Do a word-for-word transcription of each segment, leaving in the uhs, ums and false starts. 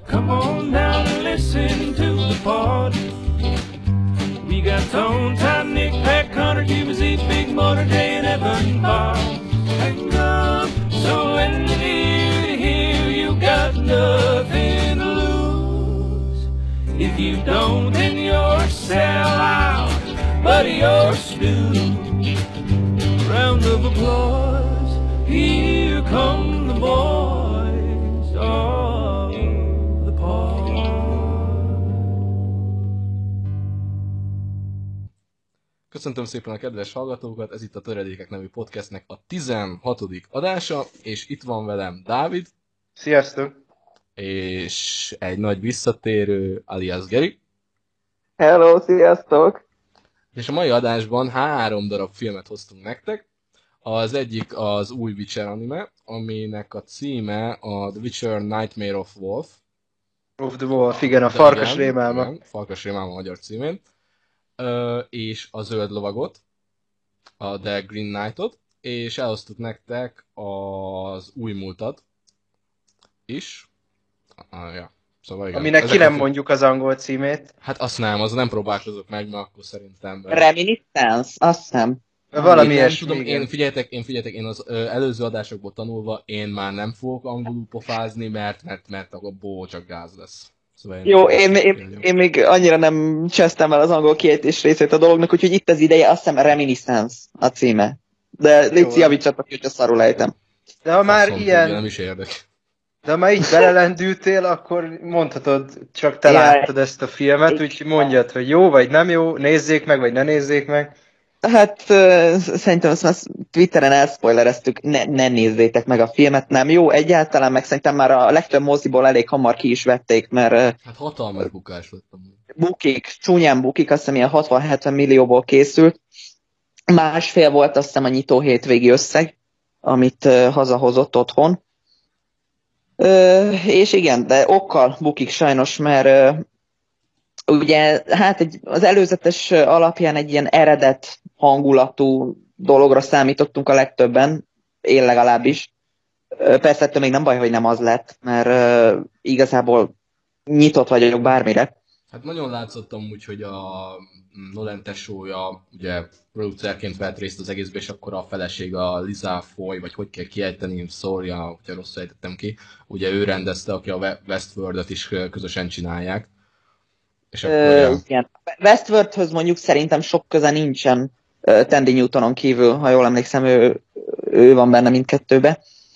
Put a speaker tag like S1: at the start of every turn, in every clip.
S1: Come on down and listen to the pod. We got Tone, Time, Nick, Pat, Connor, Cuba, Z, Big Motor, Jay, and Evan Bob. Hang on, so when you hear, hear you got nothing to lose. If you don't, then you're sell out, buddy, you're stew. Round of applause, here come the boys of the pod.
S2: Köszöntöm szépen a kedves hallgatókat, ez itt a Töredékek nevű podcastnek a tizenhatodik adása, és itt van velem Dávid.
S3: Sziasztok!
S2: És egy nagy visszatérő, alias Geri.
S4: Hello, sziasztok!
S2: És a mai adásban három darab filmet hoztunk nektek. Az egyik az új Witcher anime, aminek a címe a The Witcher Nightmare of Wolf.
S3: Of the Wolf, igen, a Farkas rémálma.
S2: Igen, Farkas rémálma magyar címén. Ö, és a Zöld Lovagot, a The Green Knight-ot, és elhoztuk nektek az új múltat is. Ah, ja. Szóval igen.
S3: Aminek
S2: Ezek
S3: ki nem
S2: a...
S3: mondjuk az angol címét.
S2: Hát azt nem, az nem próbálkozok meg, mert akkor szerintem...
S4: Reminiscence, azt hiszem.
S3: Valami
S2: én nem
S3: ilyesmi,
S2: tudom,
S3: igen.
S2: én figyeljetek, én figyeljetek, én az ö, előző adásokból tanulva, én már nem fogok angolul pofázni, mert, mert, mert abból csak gáz lesz. Szóval én
S4: Jó, én, én, én még annyira nem csesztem el az angol kiejtés részét a dolognak, úgyhogy itt az ideje, azt hiszem Reminiscence a címe. De légy javítsatok, hogyha szarul ejtem.
S3: De ha már
S2: Faszom,
S3: ilyen...
S2: tudja, nem is érdek.
S3: De ha már így belelendültél, akkor mondhatod, csak te
S4: Jaj.
S3: láttad ezt a filmet, úgyhogy mondjad, hogy jó vagy nem jó, nézzék meg, vagy ne nézzék meg.
S4: Hát uh, szerintem azt már Twitteren elspoilereztük, ne, ne nézzétek meg a filmet, nem jó egyáltalán, meg szerintem már a legtöbb moziból elég hamar ki is vették, mert uh,
S2: Hát hatalmas bukás lett amúgy.
S4: bukik, csúnyán bukik, azt hiszem ilyen hatvan-hetven millióból készült. Másfél volt azt hiszem a nyitó hétvégi összeg, amit uh, hazahozott otthon. Uh, és igen, de okkal bukik sajnos, mert uh, ugye hát egy, az előzetes alapján egy ilyen eredet hangulatú dologra számítottunk a legtöbben, én legalábbis. Uh, persze ettől még nem baj, hogy nem az lett, mert uh, igazából nyitott vagyok bármire.
S2: Hát nagyon látszottam úgy, hogy a Nolan tesója ugye producerként vett részt az egészbe, és akkor a feleség a Lisa Foy, vagy hogy kell kiejteni, sorry, hogyha rosszul ejtettem ki, ugye ő rendezte, aki a Westworld-et is közösen csinálják. És akkor,
S4: Ö,
S2: ja.
S4: igen. Westworldhöz mondjuk szerintem sok köze nincsen uh, Tandy Newtonon kívül, ha jól emlékszem, ő, ő van benne mindkettőbe.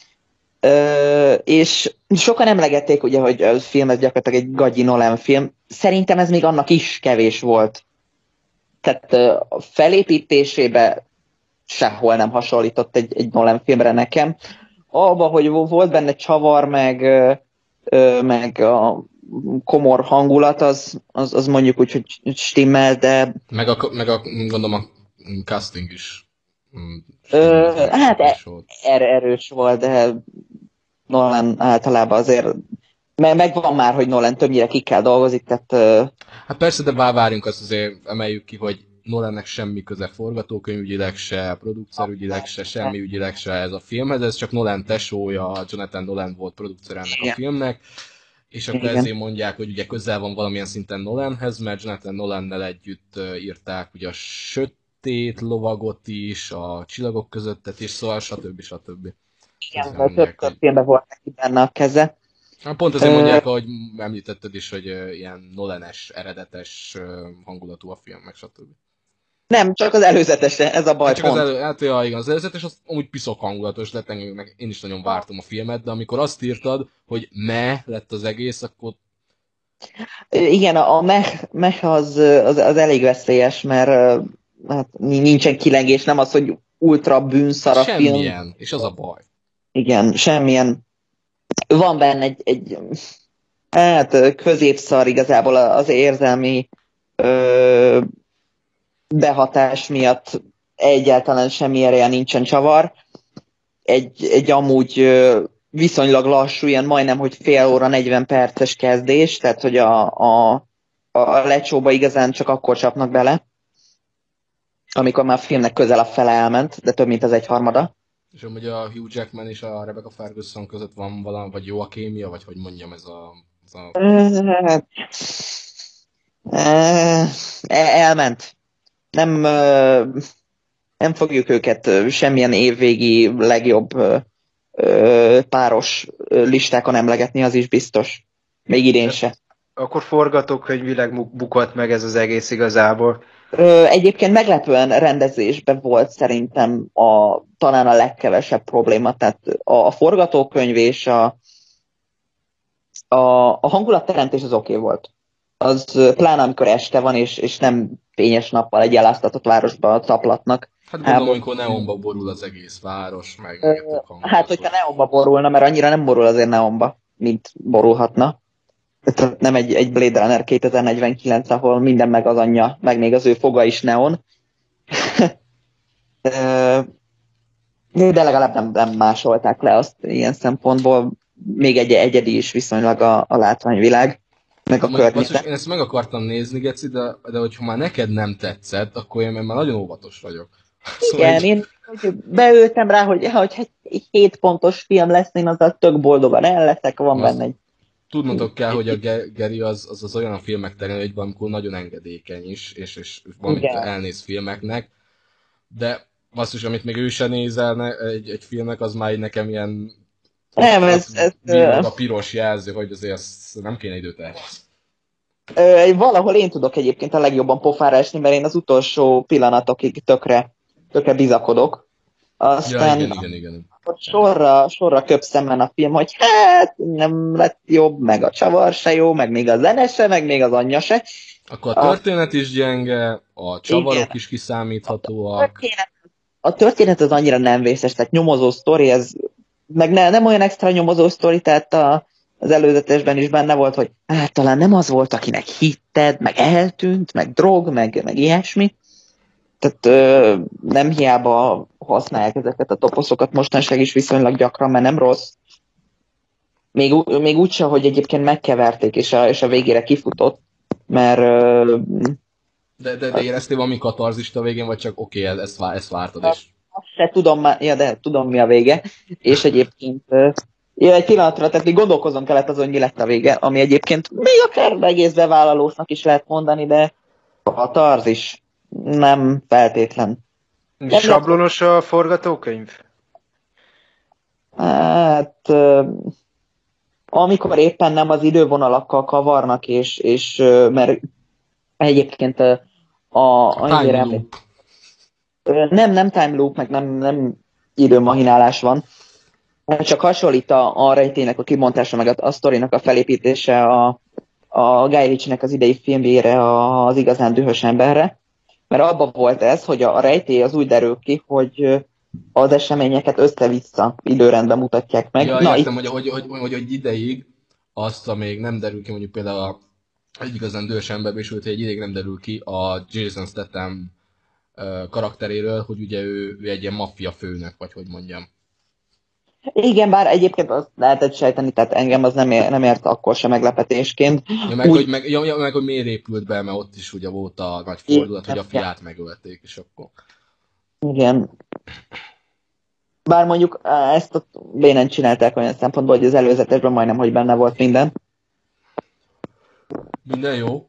S4: Uh, és sokan emlegették ugye, hogy a film ez gyakorlatilag egy gagyi Nolan film. Szerintem ez még annak is kevés volt. Tehát uh, a felépítésébe sehol nem hasonlított egy, egy Nolan filmre nekem. Abba, hogy volt benne csavar, meg, uh, uh, meg a komor hangulat, az, az, az mondjuk úgy, hogy stimmel, de...
S2: Meg a, meg a gondolom a casting is. Mm,
S4: Ö, hát
S2: is
S4: e,
S2: volt.
S4: erre erős volt, de Nolan általában azért... Meg, megvan már, hogy Nolan többnyire kikkel dolgozik, tehát... Uh...
S2: Hát persze, de bár várjunk, azt azért emeljük ki, hogy Nolannek semmi köze forgatókönyvügyileg se, producerügyileg se, semmi ügyileg se ez a filmhez, ez csak Nolan tesója, Jonathan Nolan volt producer ennek a filmnek, és akkor
S4: Igen.
S2: ezért mondják, hogy ugye közel van valamilyen szinten Nolanhez, mert Jonathan Nolannel együtt írták ugye a Sötét Lovagot is, a Csillagok közöttet is, szóval stb. stb.
S4: Igen,
S2: Ezért
S4: mert
S2: mondják,
S4: több
S2: hogy-
S4: filmben volt neki benne a keze.
S2: Hát pont azért
S4: Ö-
S2: mondják, ahogy említetted is, hogy ö, ilyen Nolan-es, eredetes ö, hangulatú a film, meg stb.
S4: Nem, csak az előzetese, ez a baj,
S2: Hát csak az
S4: pont.
S2: elő, hát ja, igen, az előzetes az amúgy piszok hangulatos lett, engem, meg én is nagyon vártam a filmet, de amikor azt írtad, hogy me lett az egész, akkor
S4: Igen, a, a mech, mech az, az, az elég veszélyes, mert uh, hát nincsen kilengés, nem az, hogy ultra bűnszar a film.
S2: semmilyen, és az a baj.
S4: Igen, semmilyen. Van benne egy, egy hát középszar igazából az érzelmi ö, behatás miatt egyáltalán semmi ereje nincsen csavar. Egy, egy amúgy ö, viszonylag lassú, ilyen majdnem, hogy fél óra, negyven perces kezdés, tehát hogy a, a, a lecsóba igazán csak akkor csapnak bele, amikor már a filmnek közel a fele elment, de több mint az egyharmada.
S2: És amúgy a Hugh Jackman és a Rebecca Ferguson között van valami, vagy jó a kémia, vagy hogy mondjam, ez a Szóval...
S4: Elment. Nem, nem fogjuk őket semmilyen évvégi legjobb páros listákon emlegetni, az is biztos. Még idén se.
S3: Akkor forgatókönyvileg bukott meg ez az egész igazából.
S4: Egyébként meglepően rendezésben volt szerintem a, talán a legkevesebb probléma. Tehát a, a forgatókönyv és a, a, a hangulatteremtés az oké okay volt. Az pláne amikor este van, és, és nem fényes nappal egy eláztatott városba taplatnak.
S2: Hát gondolom, amikor neonba borul az egész város, meg...
S4: Ö, hát, hogyha neonba borulna, mert annyira nem borul azért neonba, mint borulhatna. Tehát nem egy, egy Blade Runner kétezer-negyvenkilenc, ahol minden meg az anyja, meg még az ő foga is neon. De legalább nem, nem másolták le azt ilyen szempontból. Még egy egyedi is viszonylag a, a látványvilág. Meg a környezet.
S2: Én ezt meg akartam nézni, Geci, de, de hogyha már neked nem tetszett, akkor én már nagyon óvatos vagyok.
S4: Szóval igen, így... én hogy beültem rá, hogy ha egy hét pontos film lesz, én azzal tök boldogan el leszek, van
S2: azt
S4: benne egy...
S2: Tudnotok kell, hogy a Geri az, az, az olyan a filmek terén, hogy amikor nagyon engedékeny is, és, és valamit elnéz filmeknek, de basszus, amit még ő sem nézel egy, egy filmnek, az már nekem ilyen...
S4: Nem, ez... ez
S2: a piros jelző, hogy azért ezt nem kéne időt elhozni.
S4: Valahol én tudok egyébként a legjobban pofára esni, mert én az utolsó pillanatokig tökre, tökre bizakodok. Aztán
S2: ja, igen, igen, igen.
S4: Sorra, sorra köpszemmen a film, hogy hát nem lett jobb, meg a csavar se jó, meg még a zene se, meg még az anyja se.
S2: Akkor a történet is gyenge, a csavarok igen. is kiszámíthatóak.
S4: A történet, a történet az annyira nem vészes, tehát nyomozó sztori, ez meg ne, nem olyan extra nyomozó sztori, tehát a, az előzetesben is benne volt, hogy hát talán nem az volt, akinek hitted, meg eltűnt, meg drog, meg, meg ilyesmi. Tehát ö, nem hiába használják ezeket a toposzokat mostanság is viszonylag gyakran, mert nem rossz. Még, még úgyse, hogy egyébként megkeverték, és a, és a végére kifutott, mert... Ö,
S2: de, de, de éreztél valami katarzist a végén, vagy csak oké, okay, ezt, ezt vártad is?
S4: Azt se tudom, ja, de tudom mi a vége, és egyébként ja, egy pillanatra, tehát még gondolkozom kellett azon, hogy mi lett a vége, ami egyébként még akár egész bevállalósnak is lehet mondani, de a tarz is nem feltétlen.
S3: Nem sablonos a forgatókönyv?
S4: Hát, amikor éppen nem az idővonalakkal kavarnak, és, és mert egyébként a, a, a
S2: time loop.
S4: Nem, nem time loop, meg nem, nem időmahinálás van. Csak hasonlít a, a rejtének a kibontása, meg a, a sztorinak a felépítése a, a Guy Ritchie-nek az idei filmjére, az igazán dühös emberre. Mert abban volt ez, hogy a, a rejtély az úgy derül ki, hogy az eseményeket össze-vissza időrendben mutatják meg.
S2: Ja,
S4: Na,
S2: értem, itt... hogy, hogy, hogy, hogy, hogy ideig azt, amíg nem derül ki, mondjuk például a, egy igazán dühös emberbe is, hogy egy ideig nem derül ki a Jason Statham karakteréről, hogy ugye ő, ő egy ilyen maffia főnök, vagy hogy mondjam.
S4: Igen, bár egyébként azt lehetett sejteni, tehát engem az nem, ér, nem ért akkor sem meglepetésként.
S2: Ja, meg, Úgy... hogy, meg, ja, meg, hogy miért épült be, mert ott is ugye volt a nagy fordulat, hogy a fiát megölték, és akkor...
S4: Igen. Bár mondjuk ezt a bénen csinálták olyan szempontból, hogy az előzetesben majdnem, hogy benne volt minden.
S2: Minden jó?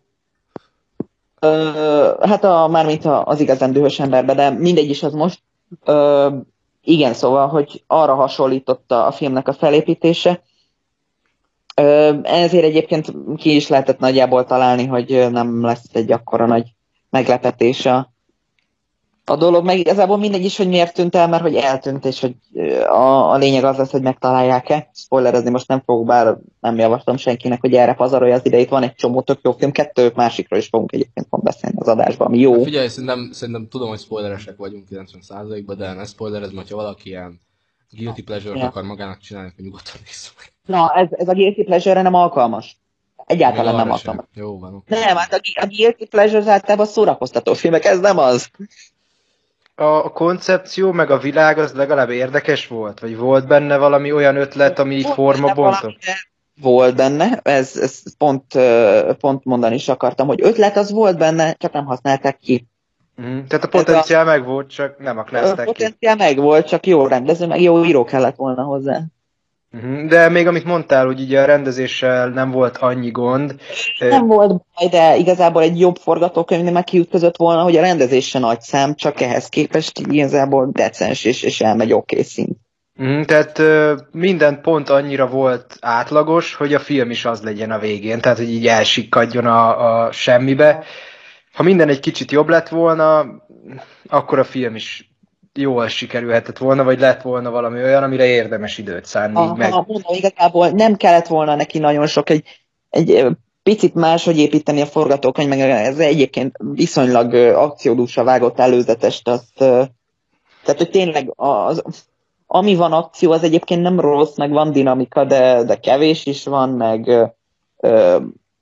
S4: Ö, hát a, mármint az igazán dühös emberbe, de mindegy is az most. Ö, igen, szóval, hogy arra hasonlította a filmnek a felépítése. Ö, ezért egyébként ki is lehetett nagyjából találni, hogy nem lesz egy akkora nagy meglepetés a, a dolog. Meg igazából mindegy is, hogy miért tűnt el, mert hogy eltűnt, és hogy a, a lényeg az lesz, hogy megtalálják-e. Spoilerezni most nem fogok, bár nem javaslom senkinek, hogy erre pazarolja az idejét. Van egy csomó tök jó film, kettő másikról is fogunk egyébként pont beszélni az adásban, ami jó.
S2: Hát figyelj, szerintem, szerintem tudom, hogy spoileresek vagyunk kilencven százalékban, de ne spoilerezz, hogyha valaki ilyen guilty pleasure-t ja. akar magának csinálni, akkor nyugodtan nézzük meg.
S4: Na, ez, ez a guilty pleasure-re nem alkalmas. Egyáltalán nem alkalmas.
S2: Jó van, oké.
S4: Nem, hát a, a guilty pleasure általában szórakoztató filmek, ez nem az.
S3: A koncepció meg a világ az legalább érdekes volt? Vagy volt benne valami olyan ötlet, ami így forma bontott?
S4: Volt benne, ez, ez pont, pont mondani is akartam, hogy ötlet az volt benne, csak nem használták ki.
S3: Mm, tehát a potenciál meg volt, csak nem aknázták ki.
S4: A potenciál meg volt, csak jó rendező, meg jó író kellett volna hozzá.
S3: De még amit mondtál, hogy ugye a rendezéssel nem volt annyi gond.
S4: Nem volt baj, de igazából egy jobb forgatókönyvnél meg kiütközött volna, hogy a rendezés se nagy szám, csak ehhez képest igazából decens és, és elmegy oké szint.
S3: Mm, tehát minden pont annyira volt átlagos, hogy a film is az legyen a végén, tehát hogy így elsikkadjon a, a semmibe. Ha minden egy kicsit jobb lett volna, akkor a film is jól sikerülhetett volna, vagy lett volna valami olyan, amire érdemes időt szánni.
S4: Aha,
S3: meg...
S4: mondom, igazából nem kellett volna neki nagyon sok, egy, egy picit máshogy építeni a forgatókönyv, meg ez egyébként viszonylag akciódúsra vágott előzetest, azt, tehát hogy tényleg az, ami van akció, az egyébként nem rossz, meg van dinamika, de, de kevés is van, meg ö,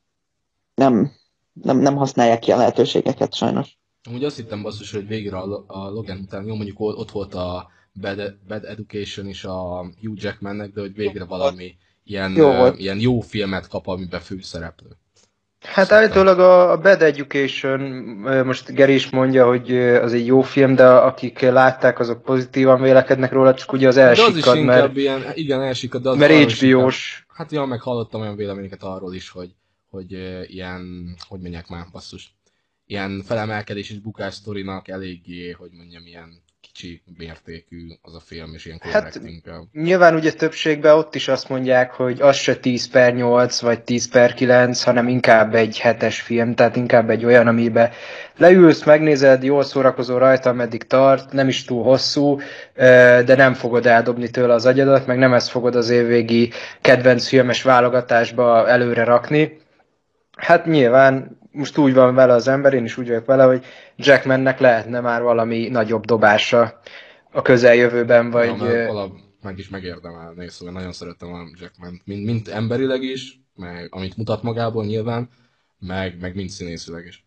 S4: nem, nem, nem használják ki a lehetőségeket sajnos.
S2: Amúgy azt hittem basszus, hogy végre a, a Logan után, jó mondjuk ott volt a Bad, Bad Education is a Hugh Jackmannek, de hogy végre valami ilyen jó, uh, ilyen jó filmet kap, amiben főszereplő.
S3: Hát állítólag a Bad Education, most Geri is mondja, hogy az egy jó film, de akik látták, azok pozitívan vélekednek róla, csak ugye az elsikkad, mert...
S2: Ilyen, igen, elsikkad, de az
S3: mert há bé ó-s.
S2: Hát ja, meg hallottam olyan véleményeket arról is, hogy, hogy uh, ilyen, hogy mondják már, basszus, ilyen felemelkedés és bukás sztorinak eléggé, hogy mondjam, ilyen kicsi mértékű az a film, és ilyen correcting-kel.
S3: Hát nyilván ugye többségben ott is azt mondják, hogy az se tíz per nyolc, vagy tíz per kilenc, hanem inkább egy hetes film, tehát inkább egy olyan, amiben leülsz, megnézed, jól szórakozol rajta, ameddig tart, nem is túl hosszú, de nem fogod eldobni tőle az agyadat, meg nem ezt fogod az évvégi kedvenc filmes válogatásba előre rakni. Hát nyilván most úgy van vele az ember, én is úgy vagyok vele, hogy Jackmannek lehetne már valami nagyobb dobása a közeljövőben, vagy...
S2: Ja, alap meg is megérdemelné, szóval nagyon szeretem a Jackman, mint, mint emberileg is, meg amit mutat magából nyilván, meg, meg mint színészileg is.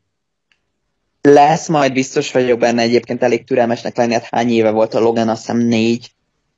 S4: Lesz majd, biztos vagyok benne, egyébként elég türelmesnek lenni, hát hány éve volt a Logan, azt hiszem négy.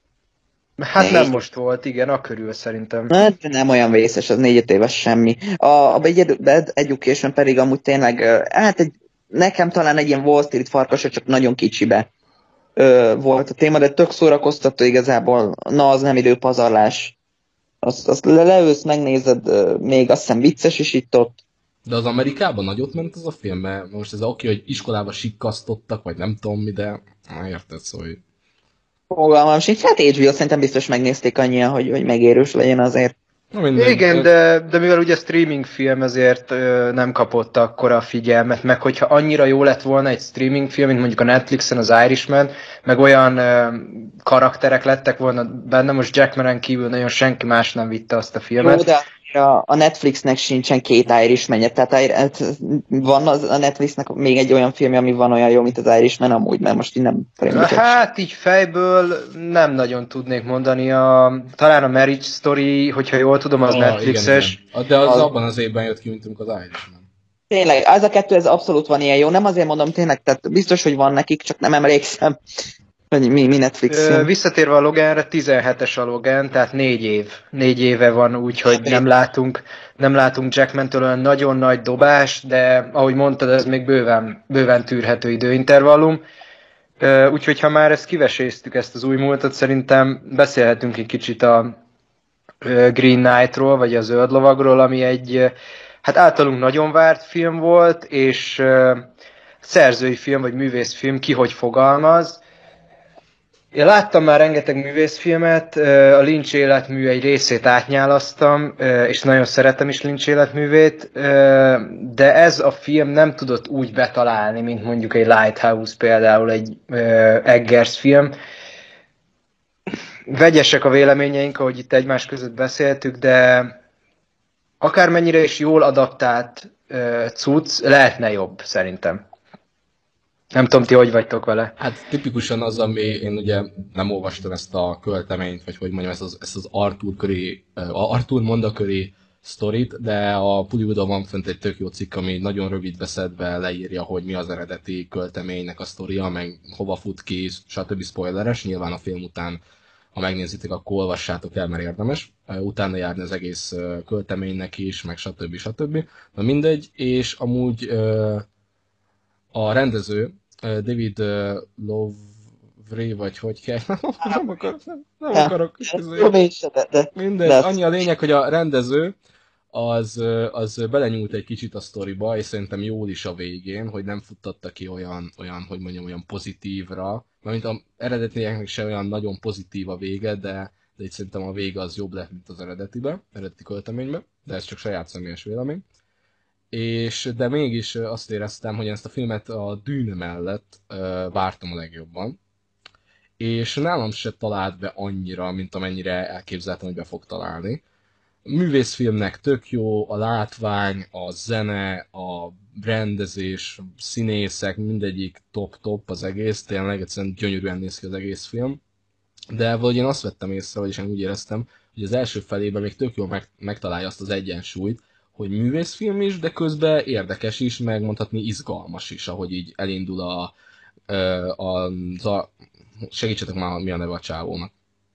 S3: Hát négy. Nem most volt, igen, a körül szerintem.
S4: Hát nem olyan vészes, az négy-öt éves semmi. A, a Bad Education pedig amúgy tényleg, hát egy, nekem talán egy ilyen Wall Street farkas, csak nagyon kicsibe ö, volt a téma, de tök szórakoztató igazából, na az nem időpazarlás. Azt, azt le, leülsz, megnézed, még azt hiszem vicces is itt ott.
S2: De az Amerikában nagyot ment az a film, mert most ez oké, hogy iskolába sikkasztottak, vagy nem tudom mi, de érted, szóval...
S4: Fogalmam sincs, hát há bé ó szerintem biztos megnézték annyian, hogy, hogy megérős legyen azért.
S3: Minden, igen, de, de mivel ugye streaming film, ezért ö, nem kapott akkora figyelmet, meg hogyha annyira jó lett volna egy streaming film, mint mondjuk a Netflixen az Irishman, meg olyan ö, karakterek lettek volna benne, most Jackmanen kívül nagyon senki más nem vitte azt a filmet.
S4: Jó, de a Netflixnek sincsen két Irishman-je, tehát van az, a Netflixnek még egy olyan filmje, ami van olyan jó, mint az Irishman amúgy, mert most így nem...
S3: Hát így fejből nem nagyon tudnék mondani, a, talán a Marriage Story, hogyha jól tudom, az oh, Netflixes.
S2: Igen, igen. De az, az abban az évben jött ki, mint az Irishman.
S4: Tényleg, az a kettő, ez abszolút van ilyen jó, nem azért mondom tényleg, tehát biztos, hogy van nekik, csak nem emlékszem. Mi, mi Netflix?
S3: Ö, visszatérve a Loganre, tizenhetes a Logan, tehát négy év. Négy éve van úgy, hogy nem látunk, nem látunk Jackmantől olyan nagyon nagy dobást, de ahogy mondtad, ez még bőven, bőven tűrhető időintervallum. Ö, úgyhogy ha már ezt kiveséztük, ezt az új múltat, szerintem beszélhetünk egy kicsit a Green Knight-ról, vagy a Zöld Lovagról, ami egy hát általunk nagyon várt film volt, és szerzői film, vagy művészfilm, ki hogy fogalmaz. Én láttam már rengeteg művészfilmet, a Lynch életmű egy részét átnyálasztam, és nagyon szeretem is Lynch életművét, de ez a film nem tudott úgy betalálni, mint mondjuk egy Lighthouse, például egy Eggers film. Vegyesek a véleményeink, ahogy itt egymás között beszéltük, de akármennyire is jól adaptált cucc, lehetne jobb, szerintem. Nem tudom, ti hogy vagytok vele?
S2: Hát tipikusan az, ami én ugye nem olvastam ezt a költeményt, vagy hogy mondjam, ezt az, ezt az Arthur köré, Arthur Monda köré sztorit, de a Pudivudon van fönt egy tök jó cikk, ami nagyon rövid beszédbe leírja, hogy mi az eredeti költeménynek a sztoria, meg hova fut ki, stb. Spoileres, nyilván a film után, ha megnézitek, akkor olvassátok el, mert érdemes. Utána járni az egész költeménynek is, meg stb. stb. Na mindegy, és amúgy a rendező, David Vré vagy hogy kell. nem akarok, nem, nem
S4: Ja,
S2: akarok.
S4: tudom én se, de, de,
S2: Mindegy,
S4: de azt-
S2: annyi a lényeg, hogy a rendező az, az belenyúlt egy kicsit a sztoriba, és szerintem jól is a végén, hogy nem futtatta ki olyan, olyan hogy mondjam, olyan pozitívra. Mert mint az eredetieknek se olyan nagyon pozitív a vége, de, de itt szerintem a vége az jobb lett, mint az eredetibe, eredeti költeményben, de ez csak saját személyes vélemény. És, de mégis azt éreztem, hogy ezt a filmet a Dűne mellett uh, vártam a legjobban. És nálam se talált be annyira, mint amennyire elképzeltem, hogy be fog találni. A művészfilmnek tök jó, a látvány, a zene, a rendezés, a színészek, mindegyik top-top az egész, tényleg egyszerűen gyönyörűen néz ki az egész film. De valahogy én azt vettem észre, vagyis én úgy éreztem, hogy az első felében még tök jól meg, megtalálja azt az egyensúlyt, hogy művészfilm is, de közben érdekes is, meg mondhatni izgalmas is, ahogy így elindul a, a, a, a segítsetek már, mi a neve a csávónak.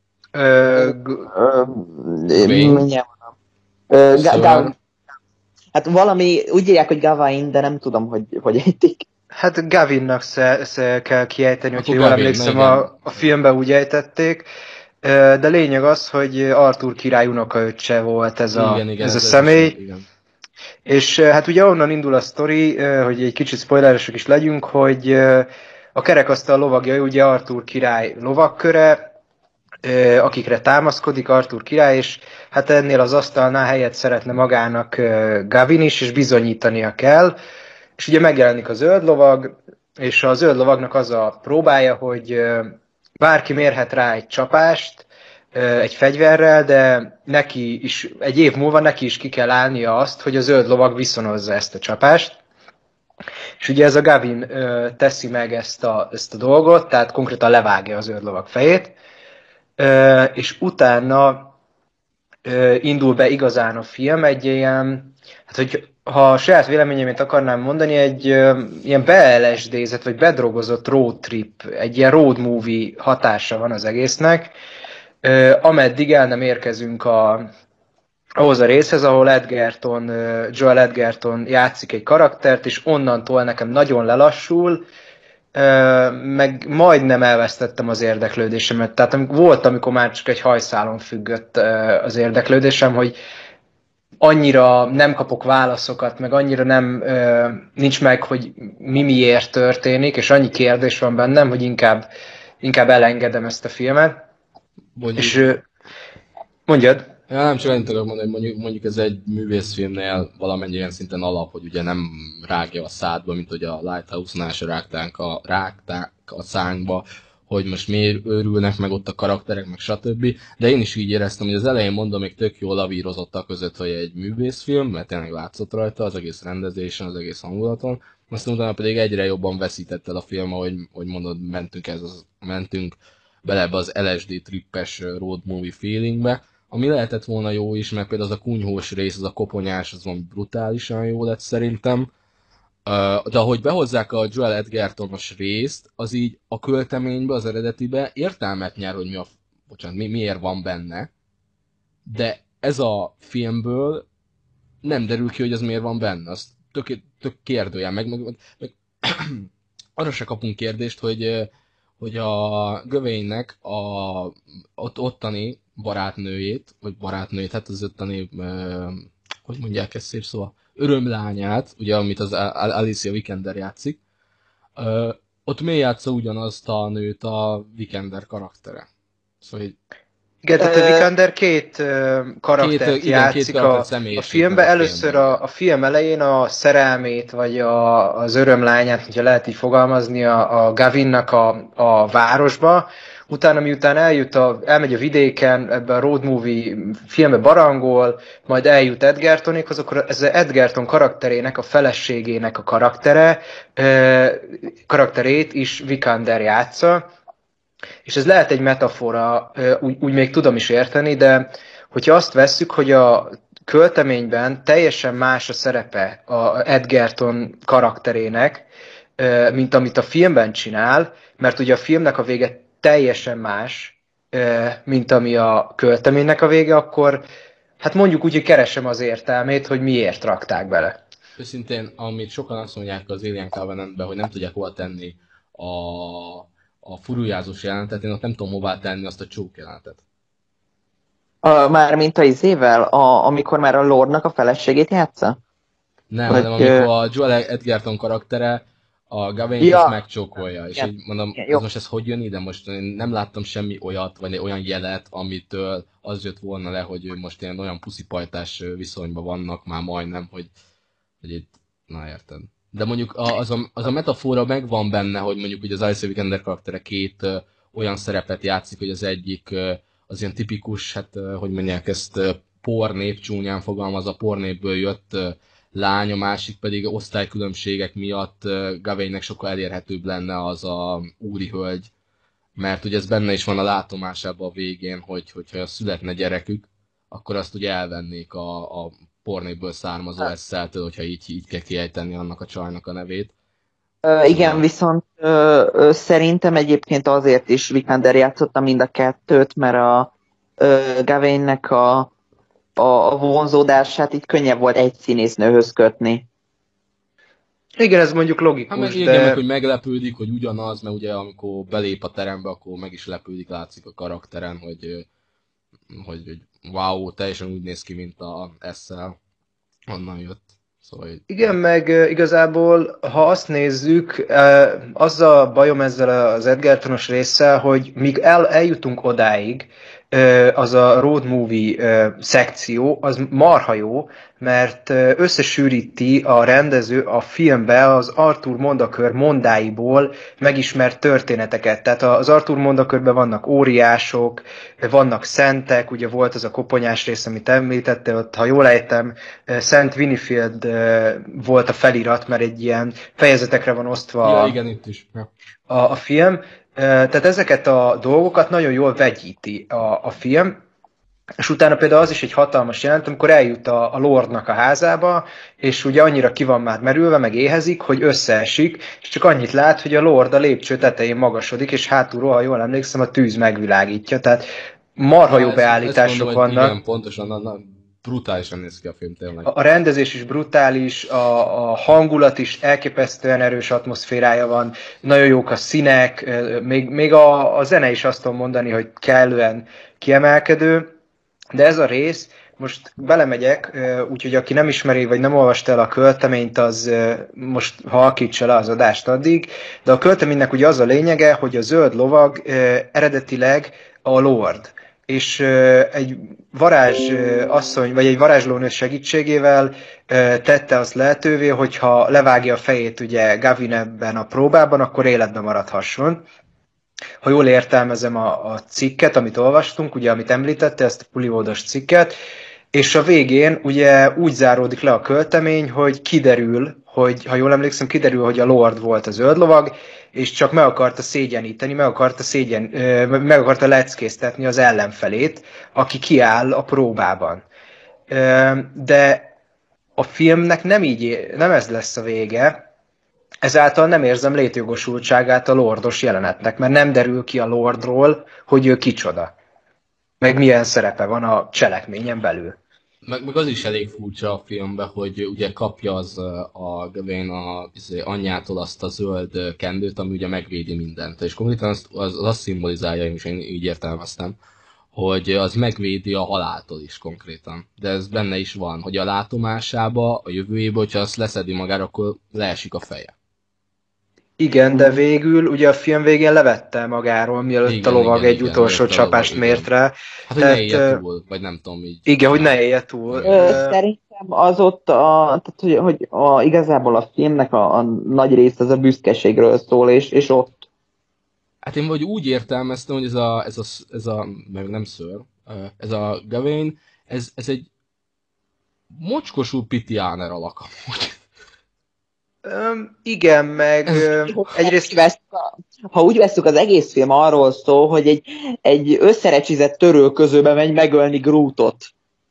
S3: Ö, g-
S4: Ö,
S2: Gawain.
S4: mindjárt mondom. Ö, Ga-
S2: Szóval-
S4: Ga- Hát valami, úgy írják, hogy Gawain, de nem tudom, hogy hogy ejtik.
S3: Hát Gavinnak sze, sze kell kiejteni, hogyha
S2: Akkor
S3: jól
S2: Gavin,
S3: emlékszem,
S2: igen.
S3: a, a filmben úgy ejtették. Ö, De lényeg az, hogy Arthur király unokaöccse volt ez a,
S2: igen, igen,
S3: ez a
S2: ez
S3: személy.
S2: is- igen.
S3: És ö, hát ugye onnan indul a sztori, ö, hogy egy kicsit spoileresek is legyünk, hogy ö, a kerekasztal lovagjai ugye Arthur király lovagköre, ö, akikre támaszkodik Arthur király, és hát ennél az asztalnál helyet szeretne magának ö, Gavin is, és bizonyítania kell. És ugye megjelenik a zöld lovag, és a zöld lovagnak az a próbája, hogy ö, bárki mérhet rá egy csapást, ö, egy fegyverrel, de neki is, egy év múlva neki is ki kell állnia azt, hogy a zöld lovag viszonozza ezt a csapást. És ugye ez a Gavin ö, teszi meg ezt a, ezt a dolgot, tehát konkrétan levágja a zöld lovag fejét, ö, és utána ö, indul be igazán a film, egy ilyen, hát hogy ha a saját véleményemet akarnám mondani, egy ö, ilyen be-el es dé-zett vagy bedrogozott road trip, egy ilyen road movie hatása van az egésznek, ö, ameddig el nem érkezünk a, ahhoz a részhez, ahol Edgerton, ö, Joel Edgerton játszik egy karaktert, és onnantól nekem nagyon lelassul, ö, meg majdnem elvesztettem az érdeklődésemet. Tehát amik- volt, amikor már csak egy hajszálon függött ö, az érdeklődésem, hogy annyira nem kapok válaszokat, meg annyira nem ö, nincs meg, hogy mi miért történik, és annyi kérdés van bennem, hogy inkább, inkább elengedem ezt a filmet.
S2: Mondjuk,
S3: És ö, mondjad.
S2: ja, nem csak annyit akarok mondani, hogy mondjuk, mondjuk ez egy művészfilmnél valamennyien szinten alap, hogy ugye nem rágja a szádba, mint hogy a Lighthouse-nál se rágták a, rágták a szánkba, hogy most miért őrülnek meg ott a karakterek, meg stb. De én is így éreztem, hogy az elején mondom, még tök jól lavírozott a között, hogy egy művészfilm, mert tényleg látszott rajta az egész rendezésen, az egész hangulaton. Aztán utána pedig egyre jobban veszített el a film, ahogy, ahogy mondod, mentünk, ez az, mentünk bele ebbe az el es dé trippes road movie feelingbe, ami lehetett volna jó is, mert például az a kunyhós rész, az a koponyás, az van brutálisan jó lett szerintem. De ahogy behozzák a Joel Edgertonos részt, az így a költeménybe, az eredetibe értelmet nyer, hogy mi a, bocsánat, mi, miért van benne, de ez a filmből nem derül ki, hogy az miért van benne. Az tök, tök kérdőjel, meg, meg, meg arra se kapunk kérdést, hogy, hogy a Gawainnek a ott, ottani barátnőjét, vagy barátnőjét, hát az ottani, hogy mondják ezt szép szóval, örömlányát, ugye, amit az Alicia Vikander játszik, ott miért játsza ugyanazt a nőt a Vikander karaktere? Szóval, hogy
S3: Igen, tehát a Vikander két uh, karaktert
S2: Két, igen,
S3: játszik
S2: két karakter
S3: a, a
S2: személyiség
S3: filmben.
S2: van a
S3: Először
S2: filmben.
S3: a, a film elején a szerelmét, vagy a, az örömlányát, hogyha lehet így fogalmazni, a, a Gavinnak a, a városba. Utána, miután eljut a, elmegy a vidéken, ebben a road movie filmbe barangol, majd eljut Edgertonékhoz, akkor ez az Edgerton karakterének, a feleségének a karaktere, uh, karakterét is Vikander játsza. És ez lehet egy metafora, úgy, úgy még tudom is érteni, de hogyha azt vesszük, hogy a költeményben teljesen más a szerepe a Edgerton karakterének, mint amit a filmben csinál, mert ugye a filmnek a vége teljesen más, mint ami a költeménynek a vége, akkor hát mondjuk úgy, hogy keresem az értelmét, hogy miért rakták bele.
S2: Őszintén, amit sokan azt mondják az Alien Covenantben, hogy nem tudják hova tenni a a furujázós jelenetet, én ott nem tudom hová tenni azt a csók jelenetet.
S4: A, már mint a izével, a, amikor már a Lordnak a feleségét játsza?
S2: Nem,
S4: Vagy,
S2: hanem amikor a Joel Edgerton karaktere a Gawain-t
S4: Ja.
S2: is megcsókolja, és
S4: Igen.
S2: így mondom,
S4: Igen,
S2: ez
S4: jó.
S2: most ez hogy jön ide? Most én nem láttam semmi olyat, vagy olyan jelet, amitől az jött volna le, hogy ő most ilyen olyan puszipajtás viszonyban vannak már majdnem, hogy, hogy itt, na érted. De mondjuk a- az a, az a metafora megvan benne, hogy mondjuk ugye az Alicia Vikander karaktere két ö, olyan szerepet játszik, hogy az egyik ö, az ilyen tipikus, hát ö, hogy mondják ezt, ö, pornép, csúnyán fogalmaz, a pornépből jött ö, lány, a másik pedig osztálykülönbségek miatt ö, Gawainnek sokkal elérhetőbb lenne az a úri hölgy, mert ugye ez benne is van a látomásában a végén, hogy hogyha születne gyerekük, akkor azt ugye elvennék a, a pornéből származó eszeltől, hogyha így, így kell kiejteni annak a csajnak a nevét.
S4: Ö, igen, viszont ö, ö, szerintem egyébként azért is Vikander játszotta mind a kettőt, mert a ö, Gawainnek a, a, a vonzódását így könnyebb volt egy színésznőhöz kötni.
S3: Igen, ez mondjuk
S2: Hát
S3: logikus,
S2: meg igen, meg,
S3: de
S2: hogy meglepődik, hogy ugyanaz, mert ugye amikor belép a terembe, akkor meg is lepődik, látszik a karakteren, hogy, ö, hogy, hogy wow, teljesen úgy néz ki, mint a Essel. Onnan jött. Szóval így-
S3: igen, meg ö, igazából, ha azt nézzük, ö, az a bajom ezzel az Edgertonos résszel, hogy míg el, eljutunk odáig, ö, az a road movie ö, szekció, az marha jó, mert ö, összesűríti a rendező a filmbe az Arthur Mondakör mondáiból megismert történeteket. Tehát az Arthur Mondakörben vannak óriások, vannak szentek, ugye volt az a koponyás rész, amit említette, ott, ha jól ejtem, ö, Szent Winifred ö, volt a felirat, mert egy ilyen fejezetekre van osztva
S2: Ja,
S3: a-
S2: igen, itt is. Ja.
S3: a, a film. Ö, Tehát ezeket a dolgokat nagyon jól vegyíti a, a film, és utána például az is egy hatalmas jelent, amikor eljut a, a Lordnak a házába, és ugye annyira ki van már merülve, meg éhezik, hogy összeesik, és csak annyit lát, hogy a Lord a lépcső tetején magasodik, és hátulról, ha jól emlékszem, a tűz megvilágítja. Tehát marha jó
S2: Ezt-
S3: beállítások
S2: ezt mondom, hogy
S3: vannak.
S2: Igen, pontosan, na, na, brutálisan néz ki a film tényleg.
S3: A a rendezés is brutális, a, a hangulat is elképesztően erős atmoszférája van, nagyon jók a színek, ö, még, még a, a zene is azt tudom mondani, hogy kellően kiemelkedő, de ez a rész, most belemegyek, ö, úgyhogy aki nem ismeri, vagy nem olvasta el a költeményt, az ö, most halkítsa le az adást addig, de a költeménynek ugye az a lényege, hogy a zöld lovag ö, eredetileg a Lord, és ö, egy varázs ö, asszony, vagy egy varázslónő segítségével ö, tette azt lehetővé, hogyha levágja a fejét ugye Gavin ebben a próbában, akkor életben maradhasson. Ha jól értelmezem a, a cikket, amit olvastunk, ugye, amit említette, ezt a pulivódos cikket, és a végén ugye úgy záródik le a költemény, hogy kiderül, hogy, ha jól emlékszem, kiderül, hogy a Lord volt a zöld lovag, és csak meg akarta szégyeníteni, meg akarta, szégyen, ö, meg akarta leckéztetni az ellenfelét, aki kiáll a próbában. Ö, De a filmnek nem így, nem ez lesz a vége, ezáltal nem érzem létjogosultságát a lordos jelenetnek, mert nem derül ki a Lordról, hogy ő kicsoda. Meg milyen szerepe van a cselekményen belül.
S2: Meg, meg az is elég furcsa a filmben, hogy ugye kapja az ö, a Gawain a, izé, anyjától azt a zöld ö, kendőt, ami ugye megvédi mindent. És konkrétan az, az, az azt szimbolizálja, én is én így értelmeztem, hogy az megvédi a haláltól is konkrétan. De ez benne is van, hogy a látomásába, a jövőjébe, hogyha azt leszedi magára, akkor leesik a feje.
S3: Igen, de végül ugye a film végén levette magáról, mielőtt
S2: Igen,
S3: a lovag
S2: igen,
S3: egy
S2: igen,
S3: utolsó
S2: mielőtt a lovag,
S3: csapást
S2: igen.
S3: mért rá.
S2: Hát, hogy
S3: Tehát,
S2: ne élje
S3: ö,
S2: túl, vagy nem tudom így.
S3: Igen, hogy ne élje túl.
S2: Igen.
S4: Ö,
S3: Ö,
S4: Szerintem az ott, a, tehát, hogy, hogy a, igazából a filmnek a, a nagy rész az a büszkeségről szól, és, és ott
S2: Hát én vagy úgy értelmeztem, hogy ez a, ez a, ez a meg nem Sir, ez a Gawain, ez, ez egy mocskosú pitiáner alak amúgy.
S3: öm, igen, meg öm, egyrészt...
S4: Úgy vesszük a- ha úgy veszük, az egész film arról szól, hogy egy, egy összerecsizett törölközőbe megy megölni Grootot.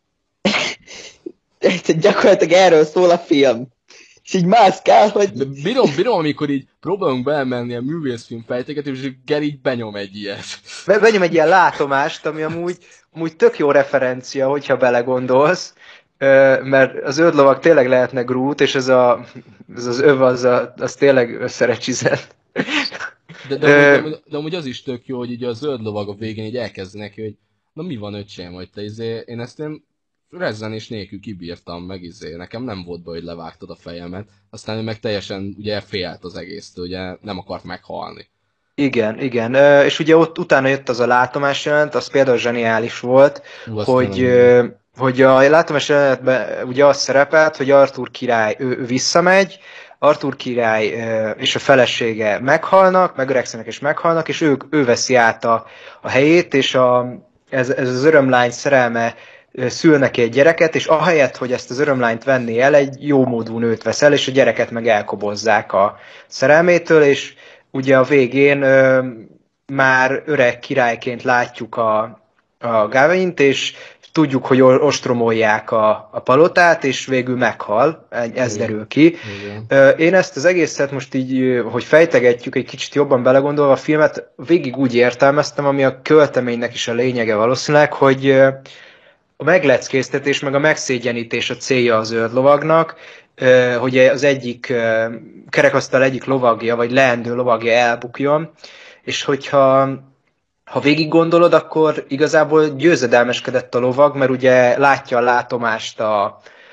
S4: Gyakorlatilag erről szól a film. És így mászkál, hogy
S2: De bírom, bírom, amikor így próbálunk belemenni a művészfilm fejteket, és Geri így benyom egy ilyet.
S3: Be- Benyom egy ilyen látomást, ami amúgy, amúgy tök jó referencia, hogyha belegondolsz, ö, mert az zöld lovag tényleg lehetne Groot, és ez, a, ez az öv az, a, az tényleg összerecsizett.
S2: De, de,
S3: Ö,
S2: amúgy, de, de amúgy az is tök jó, hogy így a zöld lovag a végén így elkezd neki, hogy na mi van öcsém, hogy te izé, én ezt én rezzenés nélkül kibírtam meg izé, nekem nem volt baj, hogy levágtad a fejemet, aztán ő meg teljesen ugye félt az egésztől, ugye nem akart meghalni.
S3: Igen, igen. Ö, És ugye ott utána jött az a látomás jelent, az például zseniális volt,
S2: Ú, azt
S3: hogy,
S2: tényleg
S3: ö, hogy a látomás jelenetben ugye az szerepelt, hogy Arthur király ő, ő visszamegy, Arthur király ö, és a felesége meghalnak, megöregszenek és meghalnak, és ő, ő veszi át a, a helyét, és a, ez, ez az örömlány szerelme ö, szül neki egy gyereket, és ahelyett, hogy ezt az örömlányt venné el, egy jómódú nőt vesz el, és a gyereket meg elkobozzák a szerelmétől, és ugye a végén ö, már öreg királyként látjuk a, a Gawaint, és tudjuk, hogy o- ostromolják a, a palotát, és végül meghal, ez
S2: Igen.
S3: derül ki.
S2: Igen.
S3: Ö, Én ezt az egészet most így, ö, hogy fejtegetjük egy kicsit jobban belegondolva, a filmet végig úgy értelmeztem, ami a költeménynek is a lényege valószínűleg, hogy ö, a megleckéztetés, meg a megszégyenítés a célja az zöld lovagnak, ö, hogy az egyik ö, kerekasztal egyik lovagja, vagy leendő lovagja elbukjon, és hogyha ha végig gondolod, akkor igazából győzedelmeskedett a lovag, mert ugye látja a látomást a,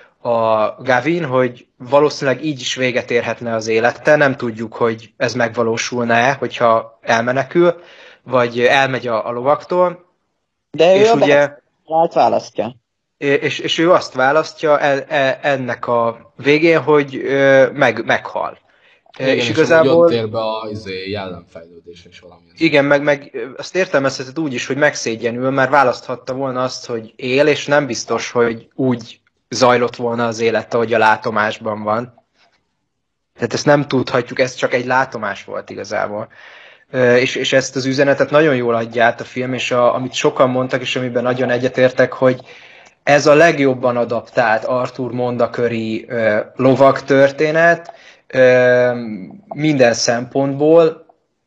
S3: a Gavin, hogy valószínűleg így is véget érhetne az élete, nem tudjuk, hogy ez megvalósulna-e, hogyha elmenekül, vagy elmegy a, a lovaktól,
S4: De ő
S3: és
S4: a
S3: ugye...
S4: beállt választja.
S3: És, és ő azt választja e, e, ennek a végén, hogy ö, meg, meghal.
S2: Igen,
S3: és
S2: és
S3: igazából...
S2: ott ér be a izé, jellemfejlődés és valami.
S3: Igen, meg, meg azt értelmezheted úgy is, hogy megszégyenül, mert választhatta volna azt, hogy él, és nem biztos, hogy úgy zajlott volna az élet, ahogy a látomásban van. Tehát ezt nem tudhatjuk, ez csak egy látomás volt igazából. Ö, És, és ezt az üzenetet nagyon jól adja át a film, és a, amit sokan mondtak, és amiben nagyon egyetértek, hogy ez a legjobban adaptált Arthur Mondaköri ö, lovag történet ö, minden szempontból,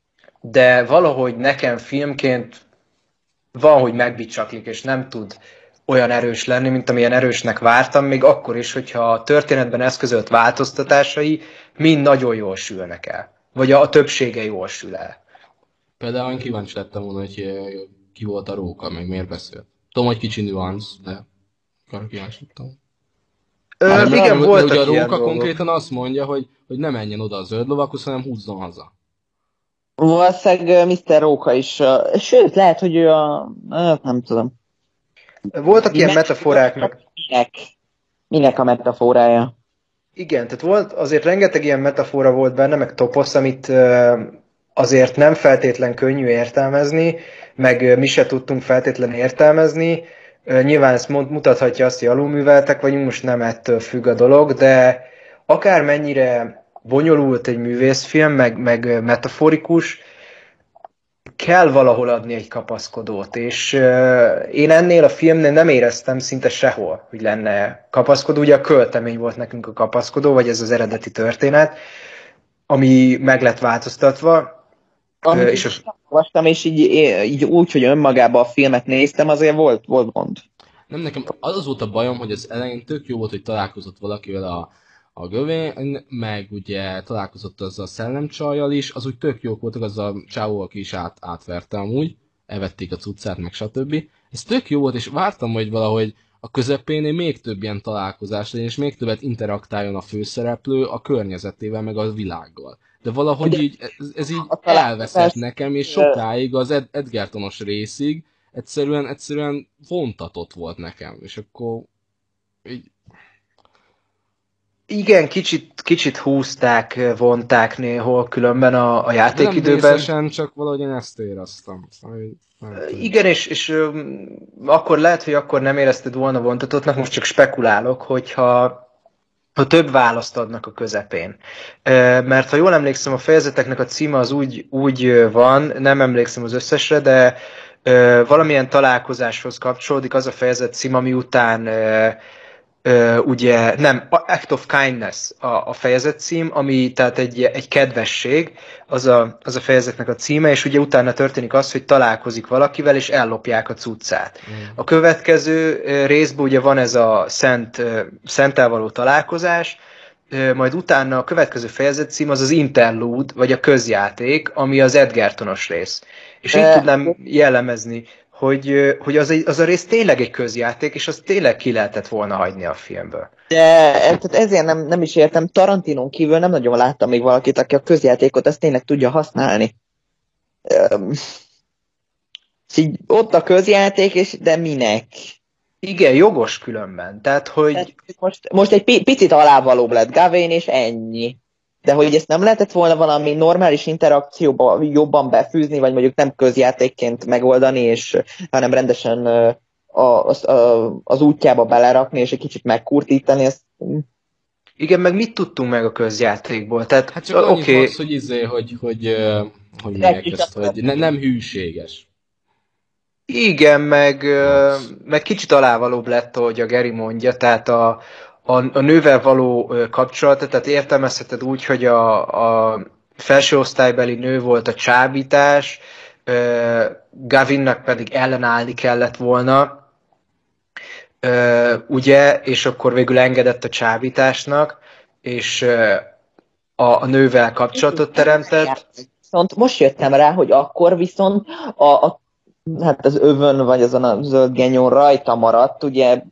S3: de valahogy nekem filmként van, hogy megbicsaklik, és nem tud olyan erős lenni, mint amilyen erősnek vártam, még akkor is, hogyha a történetben eszközölt változtatásai mind nagyon jól sülnek el. Vagy a, a többsége jól sül el.
S2: Például én kíváncsi lettem volna, hogy ki volt a róka, meg miért beszélt. Tudom, hogy kicsi nüansz, de akkor kíváncsi lettem.
S3: Ö,
S2: Hát, de-
S3: igen,
S2: de
S3: voltak
S2: ugye a
S3: ilyen
S2: róka
S3: dolgok.
S2: konkrétan azt mondja, hogy, hogy ne menjen oda a zöld lovakhoz, hanem húzzon haza.
S4: Valószínűleg miszter Róka is, uh, sőt, lehet, hogy ő a... Hát nem tudom.
S3: Voltak ilyen metaforák, meg
S4: Minek? Minek a metaforája?
S3: igen, tehát volt, azért rengeteg ilyen metafora volt benne, meg toposz, amit ö, azért nem feltétlen könnyű értelmezni, meg ö, mi se tudtunk feltétlen értelmezni. Ö, Nyilván ezt mut- mutathatja azt, hogy alulműveltek vagyunk, most nem ettől függ a dolog, de akármennyire bonyolult egy művészfilm, meg, meg ö, metaforikus, kell valahol adni egy kapaszkodót, és uh, én ennél a filmnél nem éreztem szinte sehol, hogy lenne kapaszkodó. Ugye a költemény volt nekünk a kapaszkodó, vagy ez az eredeti történet, ami meg lett változtatva.
S4: Amit
S3: és
S4: és
S3: a-
S4: olvastam, és így, így úgy, hogy önmagában a filmet néztem, azért volt, volt gond.
S2: Nem, nekem az volt a bajom, hogy az elején tök jó volt, hogy találkozott valakivel a, a Gövén, meg ugye találkozott azzal a szellemcsajjal is, az úgy tök jók voltak, az a csávó, aki is át, átverte amúgy, elvették a cuccát, meg stb. Ez tök jó volt, és vártam, hogy valahogy a közepénél még több ilyen találkozás legyen, és még többet interaktáljon a főszereplő a környezetével, meg a világgal. De valahogy így, ez, ez így
S4: A találkozás-
S2: elveszett nekem, és sokáig az Ed- Edgertonos részig egyszerűen, egyszerűen vontatott volt nekem, és akkor így,
S3: igen, kicsit, kicsit húzták, vonták néhol különben a, a
S2: nem
S3: játékidőben.
S2: részesen, csak valahogy én ezt éreztem. Szóval, így, nem tudom.
S3: Igen, és, és öm, akkor lehet, hogy akkor nem érezted volna vontatottnak, most csak spekulálok, hogyha ha több választ adnak a közepén. Ö, Mert ha jól emlékszem, a fejezeteknek a címe az úgy, úgy ö, van, nem emlékszem az összesre, de ö, valamilyen találkozáshoz kapcsolódik az a fejezet cím, ami után ö, ö, ugye, nem, Act of Kindness a, a fejezet cím, ami tehát egy, egy kedvesség, az a, az a fejezetnek a címe, és ugye utána történik az, hogy találkozik valakivel, és ellopják a cuccát. A következő ö, részben ugye van ez a szent, ö, szenttel való találkozás, majd utána a következő fejezet cím az az Interlude, vagy a közjáték, ami az Edgertonos rész. És így tudnám jellemezni, hogy, hogy az, egy, az a rész tényleg egy közjáték, és az tényleg ki lehetett volna hagyni a filmből.
S4: De tehát ezért nem, nem is értem, Tarantinon kívül nem nagyon láttam még valakit, aki a közjátékot ezt tényleg tudja használni. Um, így ott a közjáték, és de minek?
S3: Igen, jogos különben. Tehát, hogy... Tehát
S4: most, most egy picit alávalóbb lett Gawain, és ennyi. De hogy ezt nem lehetett volna valami normális interakcióba jobban befűzni, vagy mondjuk nem közjátékként megoldani, és hanem rendesen a, az, a, az útjába belerakni, és egy kicsit megkurtítani ezt.
S3: Igen, meg mit tudtunk meg a közjátékból? Tehát,
S2: hát csak annyit
S3: okay.
S2: az, hogy izé, hogy, hogy, hogy, hogy, ezt, hogy ne, nem hűséges.
S3: Igen, meg, meg kicsit alávalóbb lett, ahogy a Geri mondja, tehát a, a, a nővel való kapcsolata, tehát értelmezheted úgy, hogy a, a felső osztálybeli nő volt a csábítás, Gawainnak pedig ellenállni kellett volna, ugye, és akkor végül engedett a csábításnak, és a, a nővel kapcsolatot teremtett.
S4: Viszont most jöttem rá, hogy akkor viszont a, a hát az övön, vagy azon a zöld genyon rajta maradt, ugye,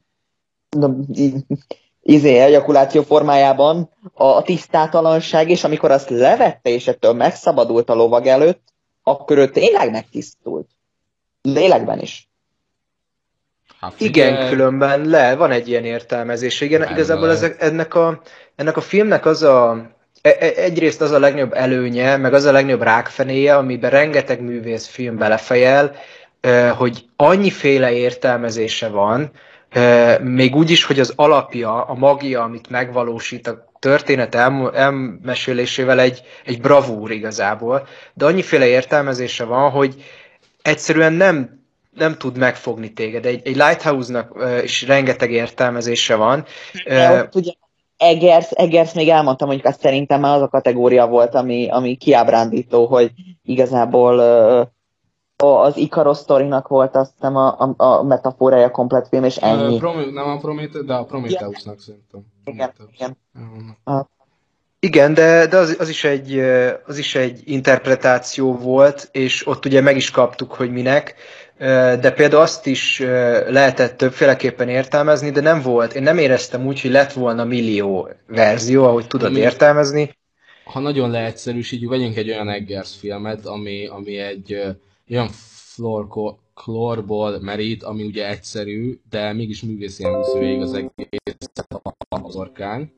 S4: izé, ejakuláció formájában a, a tisztátalanság, és amikor azt levette, és ettől megszabadult a lovag előtt, akkor ő tényleg megtisztult. Lélekben is.
S3: Hát, igen, ugye... különben le, van egy ilyen értelmezés. Igen, nem, igazából ezek, ennek, a, ennek a filmnek az a egyrészt az a legnagyobb előnye, meg az a legnagyobb rákfenéje, amiben rengeteg művészfilm belefejel, hogy annyiféle értelmezése van, még úgy is, hogy az alapja, a magia, amit megvalósít a történet elmesélésével egy, egy bravúr igazából, de annyiféle értelmezése van, hogy egyszerűen nem, nem tud megfogni téged. Egy, egy Lighthouse-nak is rengeteg értelmezése van.
S4: De ott ugye Eggers, Eggers még elmondtam, hogy azt szerintem már az a kategória volt, ami, ami kiábrándító, hogy igazából uh, az Icarus sztorinak volt azt hiszem a, a, a metaforája komplet film, és ennyi.
S2: Promé- nem a Prometheus, de a Prometheusnak ja. Szerintem.
S4: Igen, igen.
S3: Uh. Igen, de, de az, az, is egy, az is egy interpretáció volt, és ott ugye meg is kaptuk, hogy minek, de például azt is lehetett többféleképpen értelmezni, de nem volt, én nem éreztem úgy, hogy lett volna millió verzió, ahogy tudod ami, értelmezni.
S2: Ha nagyon leegyszerűsítjük, vegyünk egy olyan Eggers filmet, ami, ami egy olyan florból merít, ami ugye egyszerű, de mégis művészien viszi végig az egész az orkány.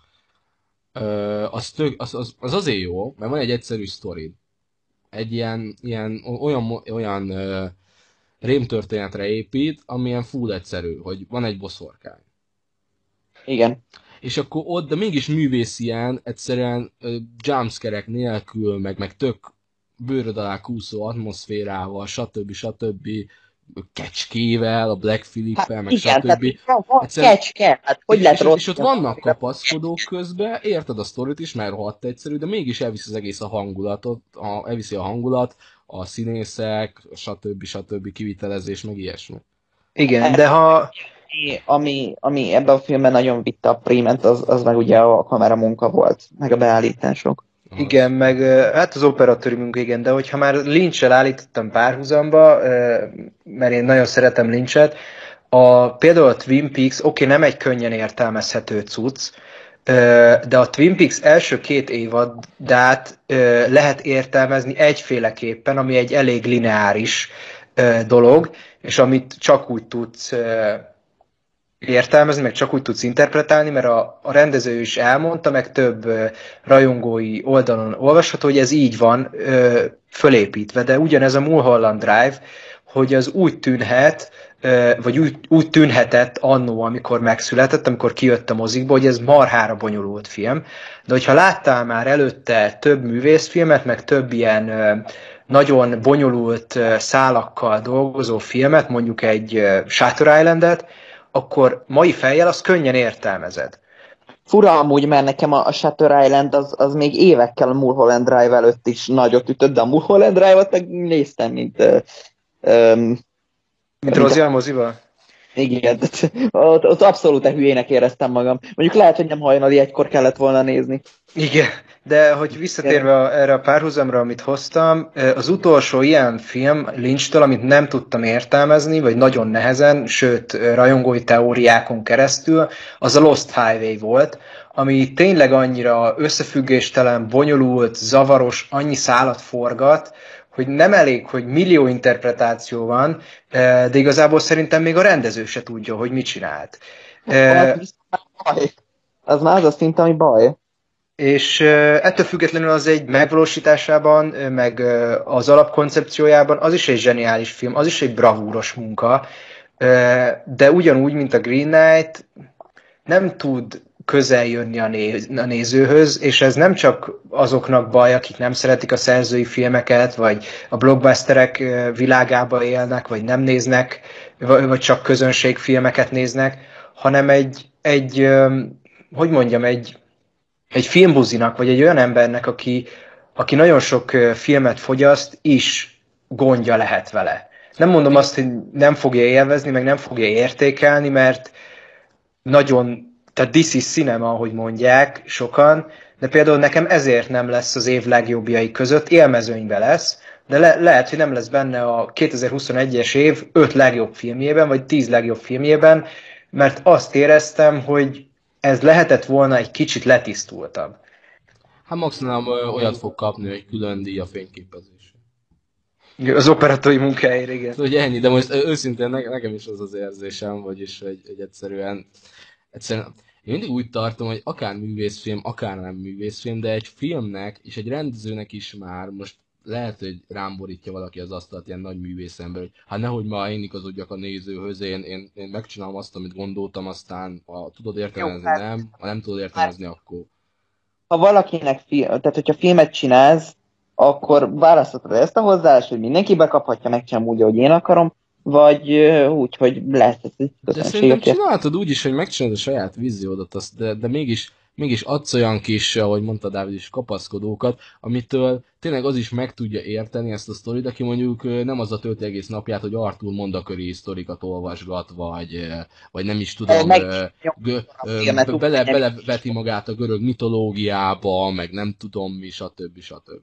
S2: Az, tök, az, az, az azért jó, mert van egy egyszerű sztorid. Egy ilyen, ilyen olyan, olyan uh, rémtörténetre épít, amilyen full egyszerű, hogy van egy boszorkány.
S4: Igen.
S2: És akkor ott, de mégis művészien, egyszerűen uh, jumpscare-ek nélkül, meg, meg tök bőröd alá kúszó atmoszférával, stb. stb. Kecskével, a Black Philippel,
S4: hát
S2: meg
S4: igen,
S2: stb.
S4: Tehát, van kecske, hát hogy
S2: és,
S4: lehet
S2: és,
S4: rossz?
S2: és ott vannak kapaszkodók közben, érted a sztorit is, mert rohadt egyszerű, de mégis elviszi az egész a hangulatot, a, elviszi a hangulat, a színészek, stb. stb. Kivitelezés, meg ilyesmi.
S3: Igen, de ha...
S4: Ami, ami ebben a filmben nagyon vitte a prímet, az, az meg ugye a kamera munka volt, meg a beállítások.
S3: Igen, meg hát az operatőri munka, igen, de hogyha már Lynch-el állítottam párhuzamba, mert én nagyon szeretem Lynch-et, a, például a Twin Peaks, oké, okay, nem egy könnyen értelmezhető cucc, de a Twin Peaks első két évadát lehet értelmezni egyféleképpen, ami egy elég lineáris dolog, és amit csak úgy tudsz értelmezni, meg csak úgy tudsz interpretálni, mert a, a rendező is elmondta, meg több ö, rajongói oldalon olvasható, hogy ez így van ö, fölépítve, de ugyanez a Mulholland Drive, hogy az úgy tűnhet, ö, vagy úgy, úgy tűnhetett annó, amikor megszületett, amikor kijött a mozikba, hogy ez marhára bonyolult film, de hogyha láttál már előtte több művészfilmet, meg több ilyen ö, nagyon bonyolult ö, szálakkal dolgozó filmet, mondjuk egy ö, Shutter Islandet, akkor mai fejjel azt könnyen értelmezed.
S4: Fura amúgy, mert nekem a Shutter Island az, az még évekkel a Mulholland Drive előtt is nagyot ütött, de a Mulholland Drive-ot meg néztem, mint... Uh, um,
S3: mint Rozi a mozival?
S4: Igen, ott, ott abszolút a hülyének éreztem magam. Mondjuk lehet, hogy nem hajnali egykor kellett volna nézni.
S3: Igen, de hogy visszatérve a, erre a párhuzamra, amit hoztam, az utolsó ilyen film Lynch-től, amit nem tudtam értelmezni, vagy nagyon nehezen, sőt, rajongói teóriákon keresztül, az a Lost Highway volt, ami tényleg annyira összefüggéstelen, bonyolult, zavaros, annyi szálat forgat, hogy nem elég, hogy millió interpretáció van, de igazából szerintem még a rendező se tudja, hogy mit csinált.
S4: Az, az már az a szint, ami baj.
S3: És ettől függetlenül az egy megvalósításában, meg az alapkoncepciójában az is egy zseniális film, az is egy bravúros munka, de ugyanúgy, mint a Green Knight, nem tud közel jönni a, néz, a nézőhöz, és ez nem csak azoknak baj, akik nem szeretik a szerzői filmeket, vagy a blockbusterek világába élnek, vagy nem néznek, vagy csak közönségfilmeket néznek, hanem egy, egy hogy mondjam, egy egy filmbuzinak, vagy egy olyan embernek, aki, aki nagyon sok filmet fogyaszt, is gondja lehet vele. Nem mondom azt, hogy nem fogja élvezni, meg nem fogja értékelni, mert nagyon, tehát this is cinema, ahogy mondják sokan, de például nekem ezért nem lesz az év legjobbjai között, élmezőnybe lesz, de le, lehet, hogy nem lesz benne a kétezer-huszonegyes év öt legjobb filmjében, vagy tíz legjobb filmjében, mert azt éreztem, hogy ez lehetett volna egy kicsit letisztultabb.
S2: Hát maximum olyat fog kapni, hogy külön díj a fényképezés.
S3: Az operatói munkáért, igen.
S2: Szóval, hogy ennyi, de most őszintén nekem is az az érzésem, vagyis hogy, hogy egyszerűen, egyszerűen én mindig úgy tartom, hogy akár művészfilm, akár nem művészfilm, de egy filmnek és egy rendezőnek is már most lehet, hogy rám borítja valaki az asztalt ilyen nagy művészember, hogy hát nehogy már én igazodjak a nézőhöz, én, én, én megcsinálom azt, amit gondoltam, aztán ha tudod értelmezni,
S4: Jó,
S2: nem, ha nem tudod értelmezni, akkor...
S4: Ha valakinek, film, tehát hogyha filmet csinálsz, akkor választhatod ezt a hozzáállást, hogy mindenki bekaphatja, megcsinálom úgy, ahogy én akarom, vagy úgy, hogy lesz ez egy
S2: De szerintem csinálhatod úgy is, hogy megcsinálod a saját víziódat, azt, de, de mégis, mégis adsz olyan kis, ahogy mondta Dávid is, kapaszkodókat, amitől tényleg az is meg tudja érteni ezt a sztorit, aki mondjuk nem az a tölti egész napját, hogy Arthur mondaköri sztorikat olvasgat, vagy, vagy nem is tudom, meg, gö, ö, bele, beleveti magát a görög mitológiába, meg nem tudom mi, stb. stb.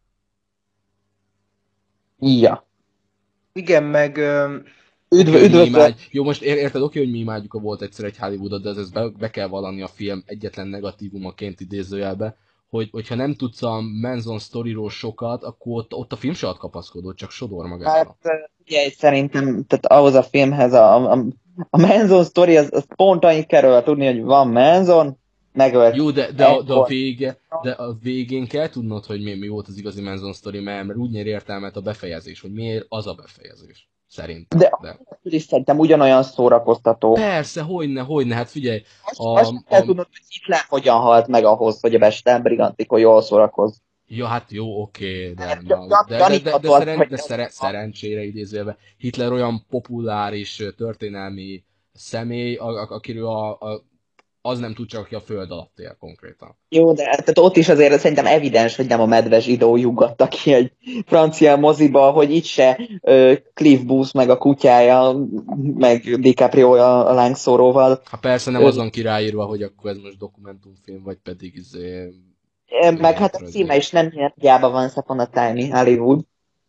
S4: Ja.
S3: Igen, meg...
S4: Üdv, üdvözlök!
S2: Jó, most érted, oké, hogy mi imádjuk a volt egyszer egy Hollywoodot, de ez, ez be, be kell vallani a film egyetlen negatívumaként idézőjelbe, hogy, hogyha nem tudsz a Manson sztoriról sokat, akkor ott, ott a film se ad kapaszkodót, csak sodor magára.
S4: Hát ugye szerintem, tehát ahhoz a filmhez a, a, a Manson sztori, az, az pont annyit kell tudni, hogy van Manson, megölt.
S2: Jó, de, de, a, de, a vége, de a végén kell tudnod, hogy mi, mi volt az igazi Manson sztori, mert, mert úgy nyer értelmet a befejezés, hogy miért az a befejezés. Szerintem.
S4: De, de. is szerintem ugyanolyan szórakoztató.
S2: Persze, hogyne, hogyne, hát figyelj.
S4: A, azt kell a... tudnod, hogy Hitler hogyan halt meg ahhoz, hogy a Bestem Brigantikon jól szórakozz.
S2: Ja, hát jó, oké, de, de, de, de, de, de, szeren, de szeren, szerencsére idézőjelben Hitler olyan populáris történelmi személy, akiről a, a az nem tud csak, aki a föld alatt él konkrétan.
S4: Jó, de tehát ott is azért szerintem evidens, hogy nem a medve zsidó jugatta ki egy francia moziba, hogy itt se uh, Cliff Booth meg a kutyája, meg DiCaprio a, a lángszóróval.
S2: Hát persze nem azon királyírva, hogy akkor ez most dokumentumfilm, vagy pedig izé...
S4: Meg hát a címe is nem hiába van Once Upon a Time in Hollywood.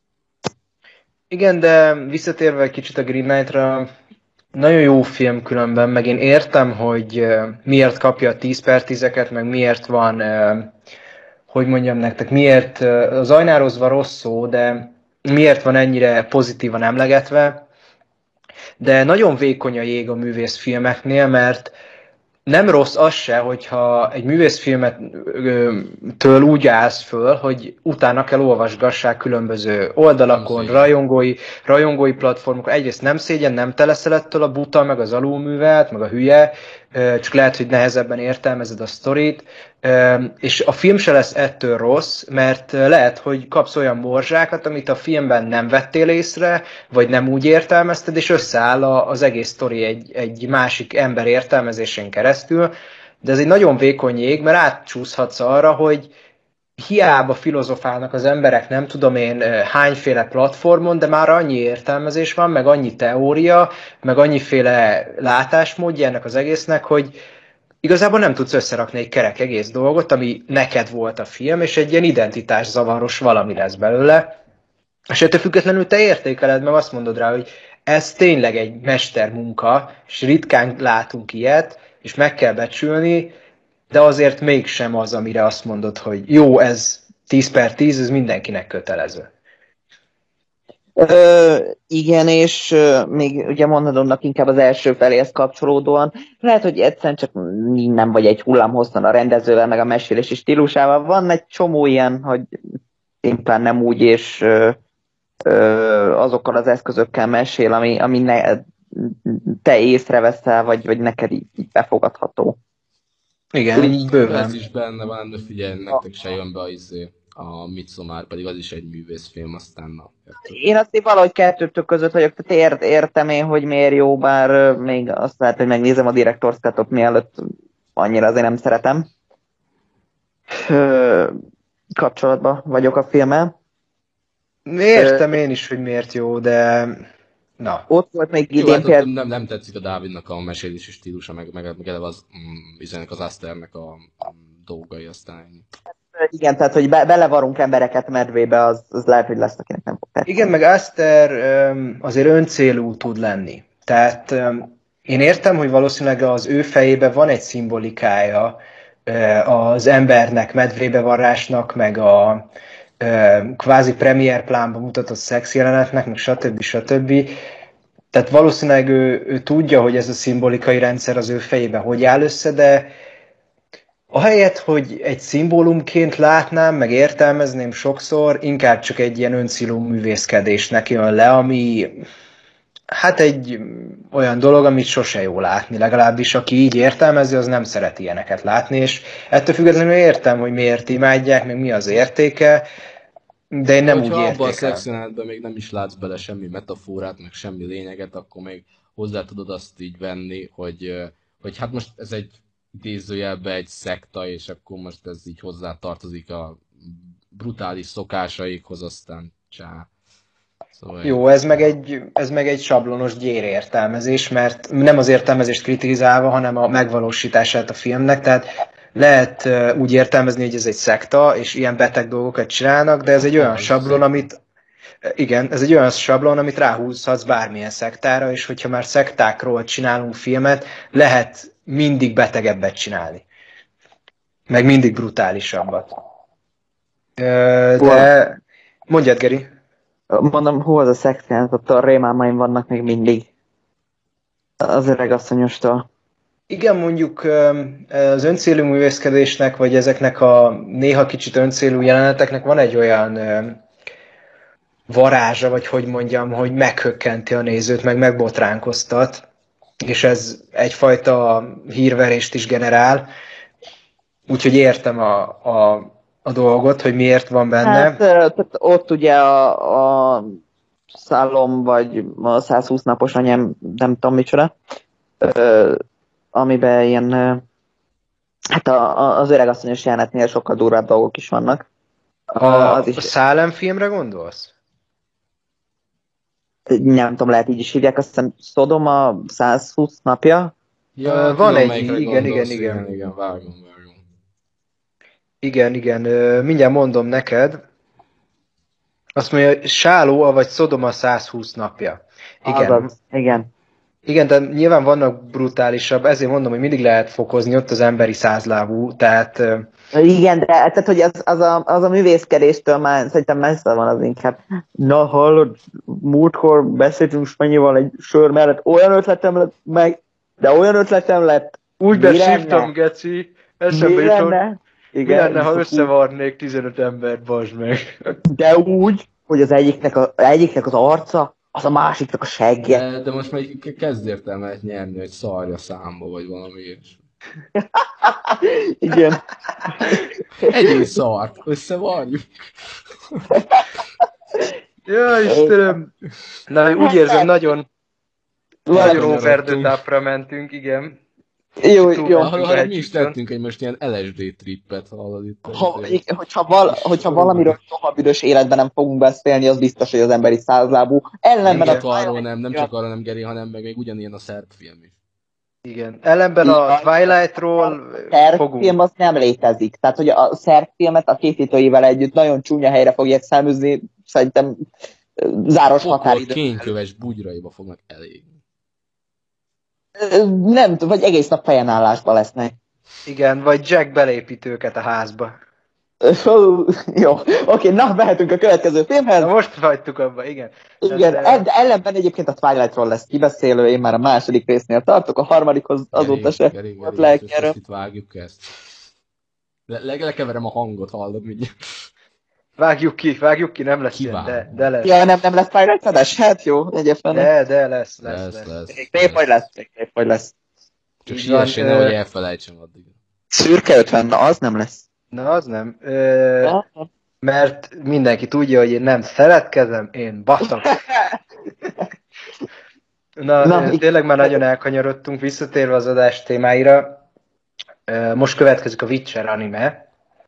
S3: Igen, de visszatérve egy kicsit a Green Knight-ra, nagyon jó film különben, meg én értem, hogy uh, miért kapja a tíz per tízeket, meg miért van, uh, hogy mondjam nektek, miért uh, az ajnározva rossz szó, de miért van ennyire pozitívan emlegetve, de nagyon vékony a jég a művészfilmeknél, mert nem rossz az se, hogyha egy művészfilmettől úgy állsz föl, hogy utána kell olvasgassák különböző oldalakon, rajongói, rajongói platformokon. Egyrészt nem szégyen, nem teleszelettől a buta, meg az alulművelt, meg a hülye, csak lehet, hogy nehezebben értelmezed a sztorit, és a film se lesz ettől rossz, mert lehet, hogy kapsz olyan morzsákat, amit a filmben nem vettél észre, vagy nem úgy értelmezted, és összeáll az egész sztori egy, egy másik ember értelmezésén keresztül, de ez egy nagyon vékony jég, mert átcsúszhatsz arra, hogy hiába filozofálnak az emberek, nem tudom én hányféle platformon, de már annyi értelmezés van, meg annyi teória, meg annyiféle látásmódja ennek az egésznek, hogy igazából nem tudsz összerakni egy kerek egész dolgot, ami neked volt a film, és egy ilyen identitászavaros valami lesz belőle. És ettől függetlenül te értékeled, meg azt mondod rá, hogy ez tényleg egy mestermunka, és ritkán látunk ilyet, és meg kell becsülni, de azért mégsem az, amire azt mondod, hogy jó, ez tíz per tíz, ez mindenkinek kötelező.
S4: Ö, igen, és ö, még ugye mondanomnak inkább az első feléhez kapcsolódóan, lehet, hogy egyszerűen csak nem vagy egy hullámhosszan a rendezővel, meg a mesélési stílusával. Van egy csomó ilyen, hogy szimplán nem úgy, és ö, ö, azokkal az eszközökkel mesél, ami, ami ne, te észreveszel, vagy, vagy neked így, így befogadható.
S3: Igen, így bőven.
S2: Ez is benne van, de figyelj, nektek se jön be a izé. A Midsommar, pedig az is egy művészfilm, aztán na.
S4: Én azt így valahogy kettőtök között vagyok, tehát ért, értem én, hogy miért jó, bár még azt lehet, hogy megnézem a Director's Cut-ot, mielőtt annyira azért nem szeretem. Ö, kapcsolatban vagyok a filmmel.
S3: Értem én is, hogy miért jó, de na.
S4: Ott volt még
S2: Jó,
S4: idén
S2: hát
S4: például...
S2: nem, nem tetszik a Dávidnak a mesélési stílusa, meg, meg, meg eleve az, mm, az Asternek a, a dolgai, aztán ennyi.
S4: Igen, tehát, hogy be, belevarunk embereket medvébe, az, az lehet, hogy lesz, akinek nem fog tetszeni.
S3: Igen, meg Aster azért öncélú tud lenni. Tehát én értem, hogy valószínűleg az ő fejében van egy szimbolikája az embernek, medvébe varrásnak, meg a kvázi premier plánban mutatott szexjelenetnek, meg stb. stb. Tehát valószínűleg ő, ő tudja, hogy ez a szimbolikai rendszer az ő fejében hogy áll össze, de ahelyett, hogy egy szimbólumként látnám, meg értelmezném sokszor, inkább csak egy ilyen öncélú művészkedésnek jön le, ami hát egy olyan dolog, amit sose jó látni. Legalábbis aki így értelmezi, az nem szeret ilyeneket látni, és ettől függetlenül értem, hogy miért imádják, meg mi az értéke, de én nem
S2: de
S3: úgy
S2: értékel. Ha abban a
S3: értékelem.
S2: szexjelenetben még nem is látsz bele semmi metaforát, meg semmi lényeget, akkor még hozzá tudod azt így venni, hogy, hogy hát most ez egy idézőjelben egy szekta, és akkor most ez így hozzá tartozik a brutális szokásaikhoz, aztán csá. Szóval
S3: Jó, ez meg, egy, ez meg egy sablonos gyérértelmezés, mert nem az értelmezést kritizálva, hanem a megvalósítását a filmnek, tehát lehet uh, úgy értelmezni, hogy ez egy szekta, és ilyen beteg dolgokat csinálnak, de ez egy olyan sablon, amit igen, ez egy olyan sablon, amit ráhúzhatsz bármilyen szektára, és hogyha már szektákról csinálunk filmet, lehet mindig betegebbet csinálni. Meg mindig brutálisabbat. De mondjad, Geri.
S4: Mondom, hol az a szexjelenet, ott a rémálmaim vannak még mindig. Az öreg asszonyostól.
S3: Igen, mondjuk az öncélú művészkedésnek, vagy ezeknek a néha kicsit öncélú jeleneteknek van egy olyan varázsa, vagy hogy mondjam, hogy meghökkenti a nézőt, meg megbotránkoztat, és ez egyfajta hírverést is generál. Úgyhogy értem a, a, a dolgot, hogy miért van benne.
S4: Hát, tehát ott ugye a, a szálom, vagy a százhúsz napos anyám, nem tudom micsoda, amiben ilyen, hát a, a, az öregasszonyos jelenetnél sokkal durvább dolgok is vannak.
S3: A,
S4: az is,
S3: a Szálem filmre gondolsz?
S4: Nem tudom, lehet így is hívják, azt hiszem Szodoma százhúsz napja.
S3: Ja, van egy, igen, igen, igen, igen.
S2: Igen, igen, vágom, vágom.
S3: Igen, igen, mindjárt mondom neked. Azt mondja, hogy Sáló, avagy Szodoma százhúsz napja. Igen.
S4: Azaz, igen.
S3: Igen, de nyilván vannak brutálisabb, ezért mondom, hogy mindig lehet fokozni, ott az emberi százlábú, tehát...
S4: Igen, de tehát, hogy az, az, a, az a művészkedéstől már szerintem messze van az inkább. Na hallod, múltkor beszéltünk Spanyival egy sör mellett, olyan ötletem lett meg, de olyan ötletem lett.
S3: Úgy beszívtam, geci, eszembe jutott. Mi lenne, ha összevarnék tizenöt embert, bazd meg.
S4: De úgy, hogy az egyiknek, a, egyiknek az arca, az a másiknak a segge.
S2: De, de most már kezd értelmet nyerni, hogy szarja számba, vagy valami ilyesmi.
S4: Igen.
S2: Egyéb szart, összevarjuk.
S3: Ja, Istenem. Na, úgy érzem, nagyon, nagyon over the top-ra mentünk, igen.
S4: Jó,
S3: Túl
S4: jó.
S3: mentünk a
S2: Hallod, mi is
S3: hegycsúcson.
S2: tettünk egy most ilyen el es dé trippet, hallod itt.
S4: Ha,
S2: azért.
S4: hogyha, val, hogyha valamiről soha büdös életben nem fogunk beszélni, az biztos, hogy az emberi százlábú.
S2: Nem
S4: Ellenben
S2: csak
S4: a
S2: arról nem, nem csak arról nem, Geri, hanem meg még ugyanilyen a szerb film is.
S3: Igen. Ellenben a Twilightról
S4: szerb
S3: fogunk.
S4: film az nem létezik. Tehát, hogy a szerb filmet a készítőivel együtt nagyon csúnya helyre fogják száműzni, szerintem ö, záros
S2: Pokol
S4: határidő.
S2: kényköves bugyraiba fognak elégni.
S4: Ö, Nem tudom, vagy egész nap fejenállásban lesznek.
S3: Igen, vagy Jack belépít őket a házba.
S4: Ö, Jó, oké, na, mehetünk a következő filmhez.
S3: Na most hagytuk abba, igen.
S4: Igen,
S3: Tehát,
S4: de ellenben egyébként a Twilightról lesz kibeszélő, én már a második résznél tartok, a harmadikhoz azóta se
S2: Geri,
S4: volt
S2: Geri, most,
S4: lelkierő.
S2: most itt vágjuk ezt. Le, le, lekeverem a hangot, hallod mindjárt.
S3: Vágjuk ki, vágjuk ki, nem lesz ilyen,
S2: Kivágom.
S3: de, de lesz.
S4: Ja, nem, nem lesz Twilight adás? Hát jó, egyébként.
S3: De, de lesz, lesz,
S2: Lesz,
S3: lesz.
S2: lesz.
S4: Szép, hogy lesz, szép, hogy lesz.
S2: Csak
S3: Így van,
S2: siessén,
S3: ö-
S2: nehogy elfelejtsem addig.
S4: Szürke ötven, na az nem lesz.
S3: Na, az nem. Ö, mert mindenki tudja, hogy én nem szeretkezem, én baszom. Na,
S4: Na,
S3: Na
S4: mi-
S3: tényleg már nagyon elkanyarodtunk, visszatérve az adás témáira. Ö, Most következik a Witcher anime.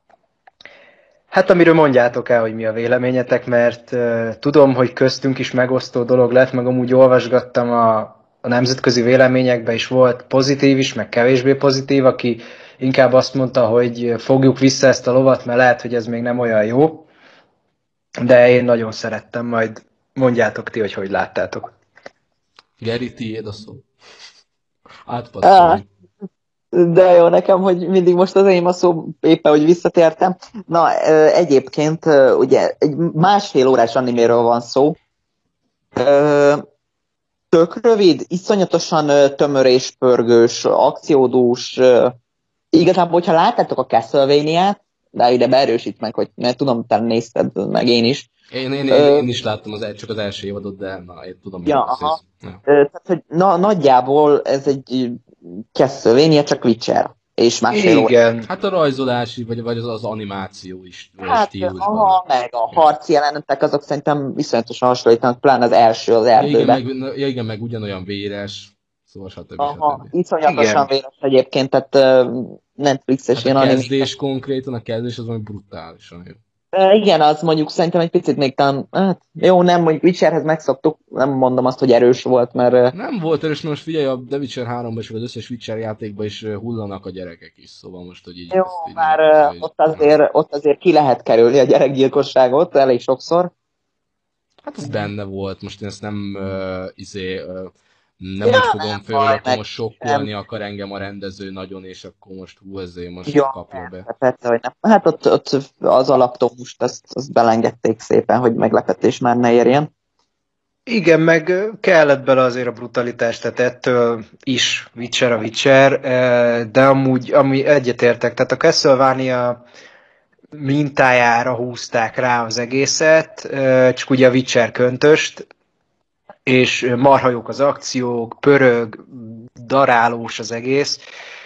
S3: Hát amiről mondjátok el, hogy mi a véleményetek, mert uh, tudom, hogy köztünk is megosztó dolog lett, meg amúgy olvasgattam a, a nemzetközi véleményekben is volt pozitív is, meg kevésbé pozitív, aki inkább azt mondta, hogy fogjuk vissza ezt a lovat, mert lehet, hogy ez még nem olyan jó. De én nagyon szerettem, majd mondjátok ti, hogy hogy láttátok.
S2: Geri, tiéd a szó. Átpasszolj.
S4: De jó, nekem, hogy mindig most az enyém a szó, éppen, hogy visszatértem. Na, ö, egyébként, ö, ugye, egy másfél órás animéről van szó. Ö, Tök rövid, iszonyatosan ö, tömör és pörgős, akciódús. Ö, Igazából, hogyha láttátok a Castlevania-t, de ide beerősít meg, hogy ne tudom, te nézted meg én is.
S2: Én, én, én,
S4: Ö-
S2: én is láttam az, el- csak az első évadot, de na, én tudom,
S4: Ja,
S2: miről
S4: aha.
S2: beszélsz. Ja.
S4: Ö, Tehát, hogy na, nagyjából ez egy Castlevania, csak Witcher. És másfél óra.
S3: Igen.
S2: Hát a rajzolási, vagy, vagy az, az animáció is
S4: Hát,
S2: stílusban.
S4: aha, meg a harci jelenetek, azok szerintem viszonyatosan hasonlítanak, pláne az első az
S2: Ja, igen,
S4: erdőben.
S2: meg, ja, igen, meg ugyanolyan véres, szóval stb.
S4: Aha,
S2: stb.
S4: iszonyatosan
S3: Igen.
S4: véres egyébként, tehát uh, Netflixes
S2: Hát
S4: ilyen
S2: a
S4: anime.
S2: kezdés konkrétan, a kezdés az valami brutálisan jó.
S4: Uh, igen, az mondjuk szerintem egy picit még talán, hát jó, nem, mondjuk Witcherhez megszoktuk, nem mondom azt, hogy erős volt, mert uh,
S2: Nem volt erős, most figyelj, a The Witcher háromban is, vagy az összes Witcher játékban is uh, hullanak a gyerekek is, szóval most, hogy így...
S4: jó,
S2: ezt így
S4: már
S2: szóval
S4: uh,
S2: így-
S4: ott, azért, ott azért ki lehet kerülni a gyerekgyilkosságot elég sokszor.
S2: Hát ez benne volt, most én ezt nem uh, izé, uh, nem
S4: Ja,
S2: úgy fogom
S4: nem
S2: föl,
S4: baj,
S2: hogy akkor
S4: meg
S2: most sokkolni akar engem a rendező nagyon, és akkor most hú, ezért most
S4: Ja,
S2: kapja be.
S4: persze, persze, hogy nem. Hát ott, ott az alaptómust, azt, azt belengedték szépen, hogy meglepetés már ne érjen.
S3: Igen, meg ö, kellett bele azért a brutalitás, tehát ettől is Witcher a Witcher, ö, de amúgy, ami egyetértek, tehát a Castlevania mintájára húzták rá az egészet, ö, csak ugye a Witcher köntöst, és ö, marha jók az akciók, pörög, darálós az egész.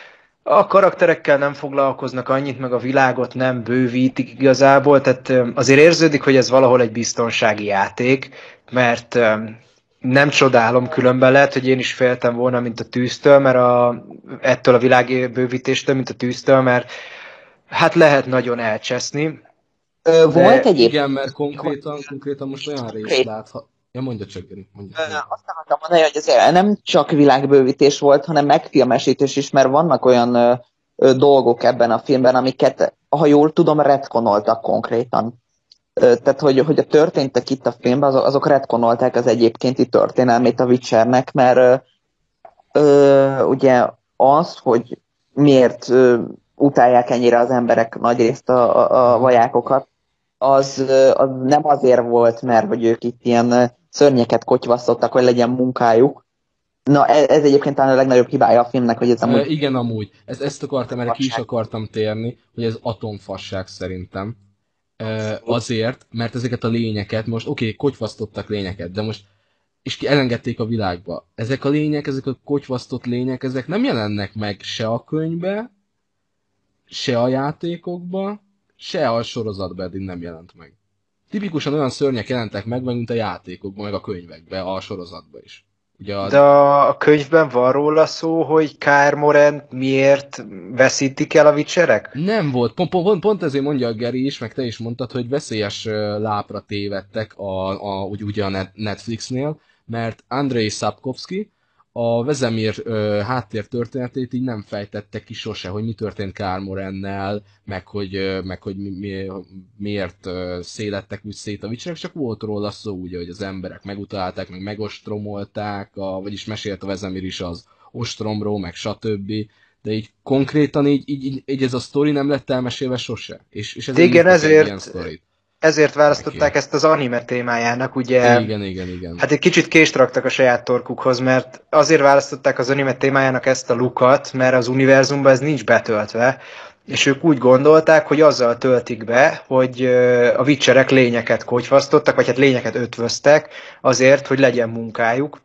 S3: A karakterekkel nem foglalkoznak annyit, meg a világot nem bővítik igazából, tehát ö, azért érződik, hogy ez valahol egy biztonsági játék, mert ö, nem csodálom, különben lehet, hogy én is féltem volna, mint a tűztől, mert a, ettől a világbővítéstől, mint a tűztől, mert hát lehet nagyon elcseszni.
S4: Ö, Volt egyéb...
S2: Igen, mert konkrétan, konkrétan most olyan részt láthat... Ja, mondja csak, Geri, mondja.
S4: Ö, Azt akartam mondani, hogy azért nem csak világbővítés volt, hanem megfilmesítés is, mert vannak olyan ö, ö, dolgok ebben a filmben, amiket, ha jól tudom, retkonoltak konkrétan. Ö, Tehát, hogy, hogy a történtek itt a filmben, azok, azok retkonolták az egyébkénti történelmét a Witchernek, mert ö, ö, ugye az, hogy miért ö, utálják ennyire az emberek nagyrészt a, a, a vajákokat, az, ö, az nem azért volt, mert hogy ők itt ilyen ö, szörnyeket kotyvasztottak, hogy legyen munkájuk. Na, ez, ez egyébként talán a legnagyobb hibája a filmnek, hogy ez
S2: Ö,
S4: amúgy...
S2: igen, amúgy. Ezt, ezt akartam, erre ki is akartam térni, hogy ez atomfasság szerintem. Ö, azért, mert ezeket a lényeket, most oké, okay, kotyvasztottak lényeket, de most és ki elengedték a világba. Ezek a lények, ezek a kotyvasztott lények, ezek nem jelennek meg se a könyvbe, se a játékokba, se a sorozatban eddig nem jelent meg. Tipikusan olyan szörnyek jelentek meg, mint a játékokban, meg a könyvekben, a sorozatban is. Ugye a...
S3: De a könyvben van róla szó, hogy Kaer Morent miért veszítik el a Witcherek?
S2: Nem volt, pont, pont, pont ezért mondja a Geri is, meg te is mondtad, hogy veszélyes lápra tévedtek a, a, úgy, ugye a Netflixnél, mert Andrei Sapkowski a Vesemir uh, háttér történetét így nem fejtette ki sose, hogy mi történt Kaer Morennel, meg hogy, uh, meg hogy mi, mi, miért uh, szélettek úgy szét a Witcherek, csak volt róla szó, ugye, hogy az emberek megutálták, meg megostromolták, a, vagyis mesélt a Vesemir is az ostromról, meg stb. De így konkrétan így, így, így, így ez a sztori nem lett elmesélve sose. És, és ezért
S3: igen,
S2: ezért, egy ilyen
S3: sztorit. Ezért választották neki ezt az anime témájának, ugye.
S2: Igen, igen, igen.
S3: Hát egy kicsit kést raktak a saját torkukhoz, mert azért választották az anime témájának ezt a lukat, mert az univerzumban ez nincs betöltve, és ők úgy gondolták, hogy azzal töltik be, hogy a Witcherek lényeket kogyfasztottak, vagy hát lényeket ötvöztek azért, hogy legyen munkájuk.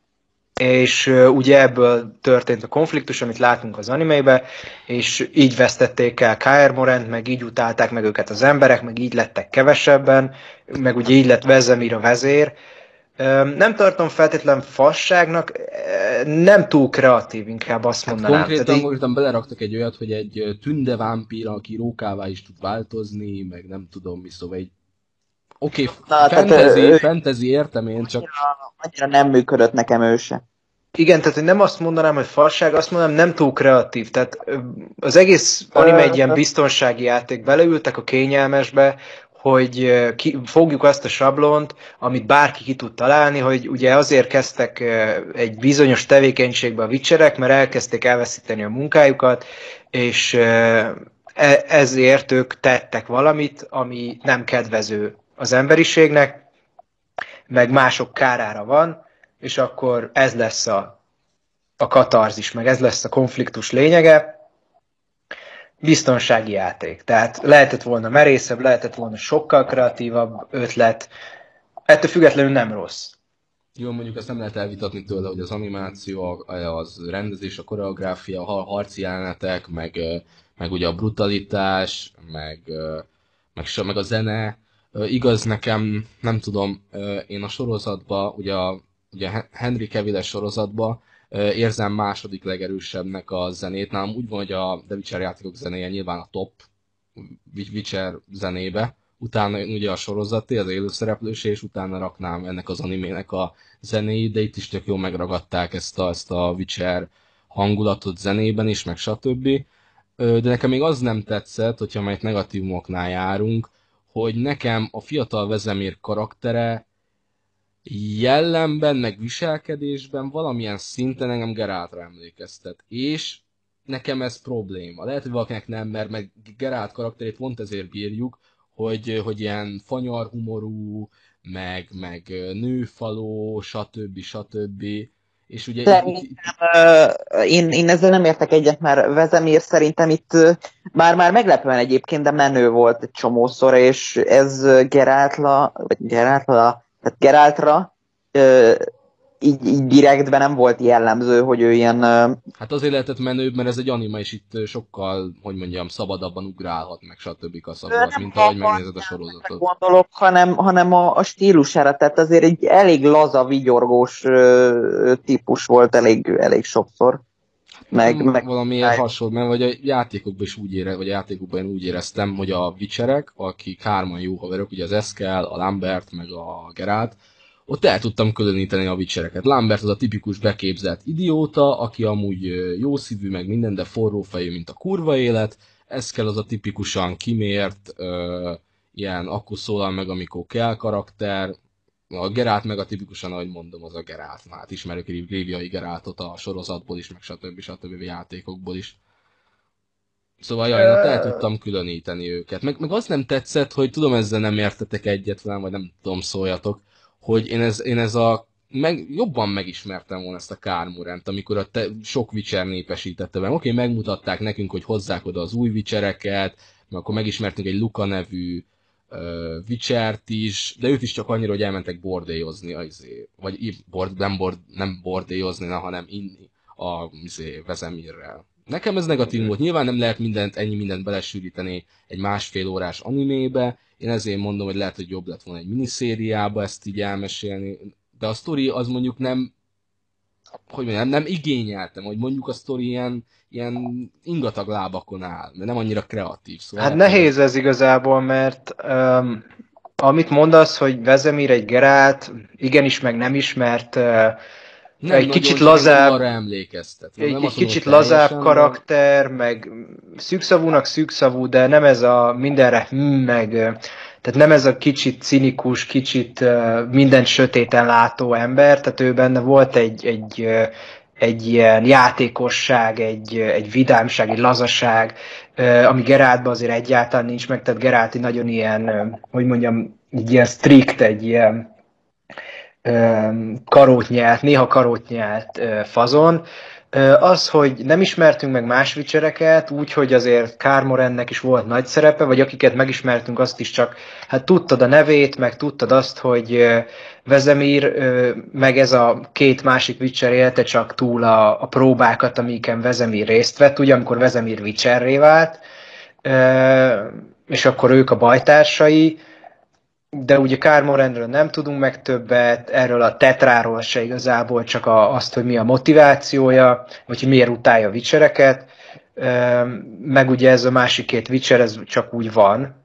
S3: És uh, ugye ebből történt a konfliktus, amit látunk az animébe, és így vesztették el Kaer Morent, meg így utálták meg őket az emberek, meg így lettek kevesebben, meg ugye így lett Vesemir a vezér. Um, nem tartom feltétlen fasságnak, nem túl kreatív, inkább azt
S2: hát
S3: mondanám.
S2: Konkrétan,
S3: Tehát
S2: konkrétan így... beleraktak egy olyat, hogy egy tünde vámpír, aki rókává is tud változni, meg nem tudom mi, szóval egy oké, okay, fantasy, ő... fantasy értem én, csak...
S4: Annyira, annyira nem működött nekem ő se.
S3: Igen, tehát hogy nem azt mondanám, hogy fasság, azt mondanám, nem túl kreatív. Tehát az egész anime egy ilyen biztonsági játék. Beleültek a kényelmesbe, hogy ki, fogjuk azt a sablont, amit bárki ki tud találni, hogy ugye azért kezdtek egy bizonyos tevékenységbe a Witcherek, mert elkezdték elveszíteni a munkájukat, és ezért ők tettek valamit, ami nem kedvező az emberiségnek, meg mások kárára van, és akkor ez lesz a, a katarzis, meg ez lesz a konfliktus lényege. Biztonsági játék. Tehát lehetett volna merészebb, lehetett volna sokkal kreatívabb ötlet. Ettől függetlenül nem rossz.
S2: Jó, mondjuk ezt nem lehet elvitatni tőle, hogy az animáció, az rendezés, a koreográfia, a harci jelenetek, meg, meg ugye a brutalitás, meg, meg, meg a zene. Igaz nekem, nem tudom, én a sorozatban, ugye a ugye Henry Cavill-es sorozatban érzem második legerősebbnek a zenét. Nálam úgy van, hogy a The Witcher játékok zenéje nyilván a top Witcher zenébe, utána ugye a sorozati, az élőszereplősé, és utána raknám ennek az animének a zenéit, de itt is tök jól megragadták ezt a, ezt a Witcher hangulatot zenében is, meg stb. De nekem még az nem tetszett, hogyha majd negatívumoknál járunk, hogy nekem a fiatal Vesemir karaktere jellemben, meg viselkedésben valamilyen szinten engem Geraltra emlékeztet. És nekem ez probléma. Lehet, hogy valakinek nem, mert meg Geralt karakterét pont ezért bírjuk, hogy, hogy ilyen fanyar humorú, meg, meg nőfaló, stb. stb. És ugye...
S4: Szerintem, itt... uh, én, én ezzel nem értek egyet, mert Vesemir szerintem itt uh, már-már meglepően egyébként, de menő volt egy csomószor, és ez Geraltla, vagy Geraltla, tehát Geraltra uh, így, így direktben nem volt jellemző, hogy ő ilyen... Uh...
S2: Hát azért lehetett menőbb, mert ez egy anima, és itt sokkal, hogy mondjam, szabadabban ugrálhat, meg stb. Kaszabolt, mint ahogy megnézed a sorozatot.
S4: Gondolok, hanem, hanem a, a stílusára, tehát azért egy elég laza, vigyorgós uh, típus volt elég, elég sokszor.
S2: Meg, nem, meg valamiért hasonló, mert vagy a játékokban is úgy ére, vagy a játékokban én úgy éreztem, hogy a Witcherek, akik hárman jó haverok, ugye az Eskel, a Lambert, meg a Geralt, ott el tudtam különíteni a Witchereket. Lambert az a tipikus beképzelt idióta, aki amúgy jószívű, meg minden, de forrófejű, mint a kurva élet. Eskel az a tipikusan kimért, ö, ilyen akkor szólal meg, amikor kell karakter. A Geralt meg a tipikusan, ahogy mondom, az a Geralt. Hát ismerjük Riviai Geraltot a sorozatból is, meg stb. stb. Játékokból is. Szóval jaj, hát el tudtam különíteni őket. Meg, meg azt nem tetszett, hogy tudom, ezzel nem értetek egyet velem, vagy nem tudom, szóljatok, hogy én ez, én ez a... Meg, jobban megismertem volna ezt a Kaer Morent, amikor a te, sok Witcher népesítette be. Oké, megmutatták nekünk, hogy hozzák oda az új Witchereket, meg akkor megismertünk egy Luka nevű uh, Witchert is, de őt is csak annyira, hogy elmentek bordélyozni, azért, vagy bord, nem, bord, nem bordélyozni, na, hanem inni a azért, Vesemirrel. Nekem ez negatív volt. Nyilván nem lehet mindent, ennyi mindent belesűríteni egy másfél órás animébe. Én ezért mondom, hogy lehet, hogy jobb lett volna egy miniszériába ezt így elmesélni. De a sztori az mondjuk nem hogy mondjam, nem igényeltem, hogy mondjuk a sztori ilyen, ilyen ingatag lábakon áll, mert nem annyira kreatív. Szóval
S3: Hát nehéz ez igazából, mert um, amit mondasz, hogy Vesemir egy Geralt, igenis meg nem is, mert uh,
S2: nem
S3: egy
S2: nagyon,
S3: kicsit lazább,
S2: arra emlékeztet.
S3: egy,
S2: nem
S3: egy kicsit lazább karakter, meg szűkszavúnak szűkszavú, de nem ez a mindenre hm, meg, tehát nem ez a kicsit cinikus, kicsit uh, mindent sötéten látó ember, tehát ő benne volt egy, egy, uh, egy ilyen játékosság, egy, egy vidámság, egy lazaság, uh, ami Geraltban azért egyáltalán nincs meg, tehát Geralt nagyon ilyen, uh, hogy mondjam, egy ilyen strikt, egy ilyen karótnyelt, néha karótnyelt fazon. Az, hogy nem ismertünk meg más Witchereket, úgyhogy azért Kaer Morhennek is volt nagy szerepe, vagy akiket megismertünk, azt is csak, hát tudtad a nevét, meg tudtad azt, hogy Vesemir, meg ez a két másik Witcher élte csak túl a, a próbákat, amiken Vesemir részt vett, ugye, amikor Vesemir Witcherré vált, és akkor ők a bajtársai, de ugye Kaer Morhenről nem tudunk meg többet, erről a tetráról se igazából, csak a, azt, hogy mi a motivációja, vagy hogy miért utálja a Witchereket, meg ugye ez a másik két Witcher, ez csak úgy van.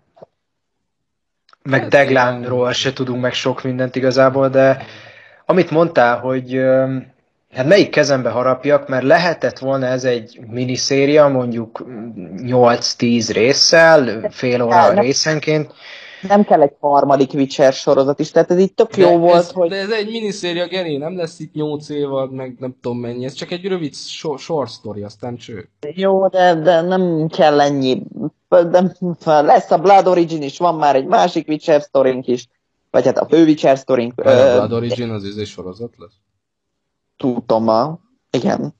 S3: Meg hát, Daglanról se tudunk meg sok mindent igazából, de amit mondtál, hogy hát melyik kezembe harapjak, mert lehetett volna ez egy miniszéria, mondjuk nyolc-tíz résszel, fél óra részenként,
S4: nem kell egy harmadik Witcher sorozat is, tehát ez így tök
S2: de
S4: jó
S2: ez,
S4: volt, hogy...
S2: De ez egy miniszéria, Geri, nem lesz itt nyolc évad, meg nem tudom mennyi, ez csak egy rövid short, short story, aztán cső.
S4: Jó, de, de nem kell ennyi. De lesz a Blood Origin is, van már egy másik Witcher sztorink is, vagy hát a fő Witcher sztorink.
S2: A uh, Blood Origin az egy sorozat lesz?
S4: Tudom, igen.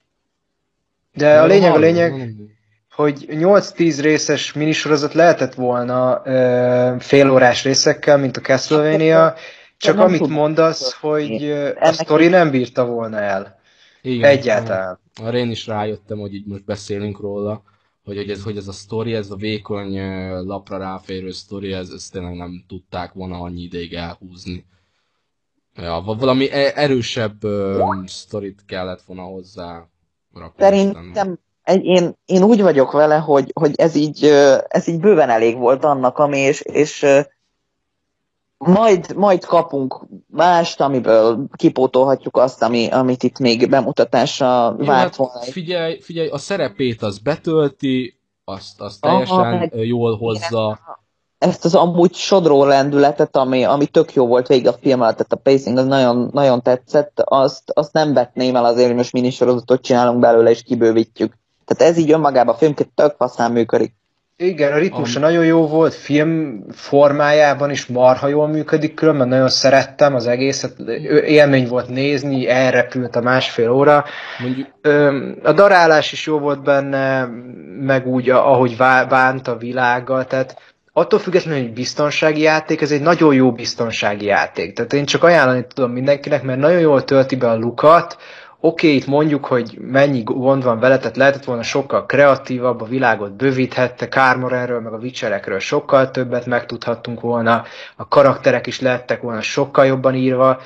S3: De a lényeg, a lényeg... hogy nyolc-tíz részes minisorozat lehetett volna ö, félórás részekkel, mint a Castlevania, csak amit tudom. mondasz, hogy a sztori nem bírta volna el. Igen, egyáltalán.
S2: Arra én is rájöttem, hogy így most beszélünk róla, hogy, hogy, ez, hogy ez a sztori, ez a vékony lapra ráférő sztori, ez, ez tényleg nem tudták volna annyi ideig elhúzni. Ja, valami erősebb sztorit kellett volna hozzá rakni.
S4: Szerintem Én, én úgy vagyok vele, hogy, hogy ez, így, ez így bőven elég volt annak, ami, és, és majd, majd kapunk mást, amiből kipótolhatjuk azt, ami, amit itt még bemutatásra várt volna.
S2: Hát figyelj, figyelj, a szerepét az betölti, azt, azt teljesen Aha, jól hozza.
S4: Ezt az amúgy sodró lendületet, ami, ami tök jó volt végig a film alatt, tehát a pacing az nagyon, nagyon tetszett, azt, azt nem vetném el azért, hogy most minisorozatot csinálunk belőle és kibővítjük. Tehát ez így önmagában a filmként tök faszán működik.
S3: Igen, a ritmusa a... nagyon jó volt, film formájában is marha jól működik, különben nagyon szerettem az egészet, élmény volt nézni, elrepült a másfél óra. Mondjuk... A darálás is jó volt benne, meg úgy, ahogy bánt a világgal, tehát attól függetlenül, hogy biztonsági játék, ez egy nagyon jó biztonsági játék. Tehát én csak ajánlani tudom mindenkinek, mert nagyon jól tölti be a lukat. Oké, okay, itt mondjuk, hogy mennyi gond van vele, tehát lehetett volna sokkal kreatívabb, a világot bővíthette, Kaer Morhenről, meg a Witcherekről sokkal többet megtudhattunk volna, a karakterek is lettek volna sokkal jobban írva,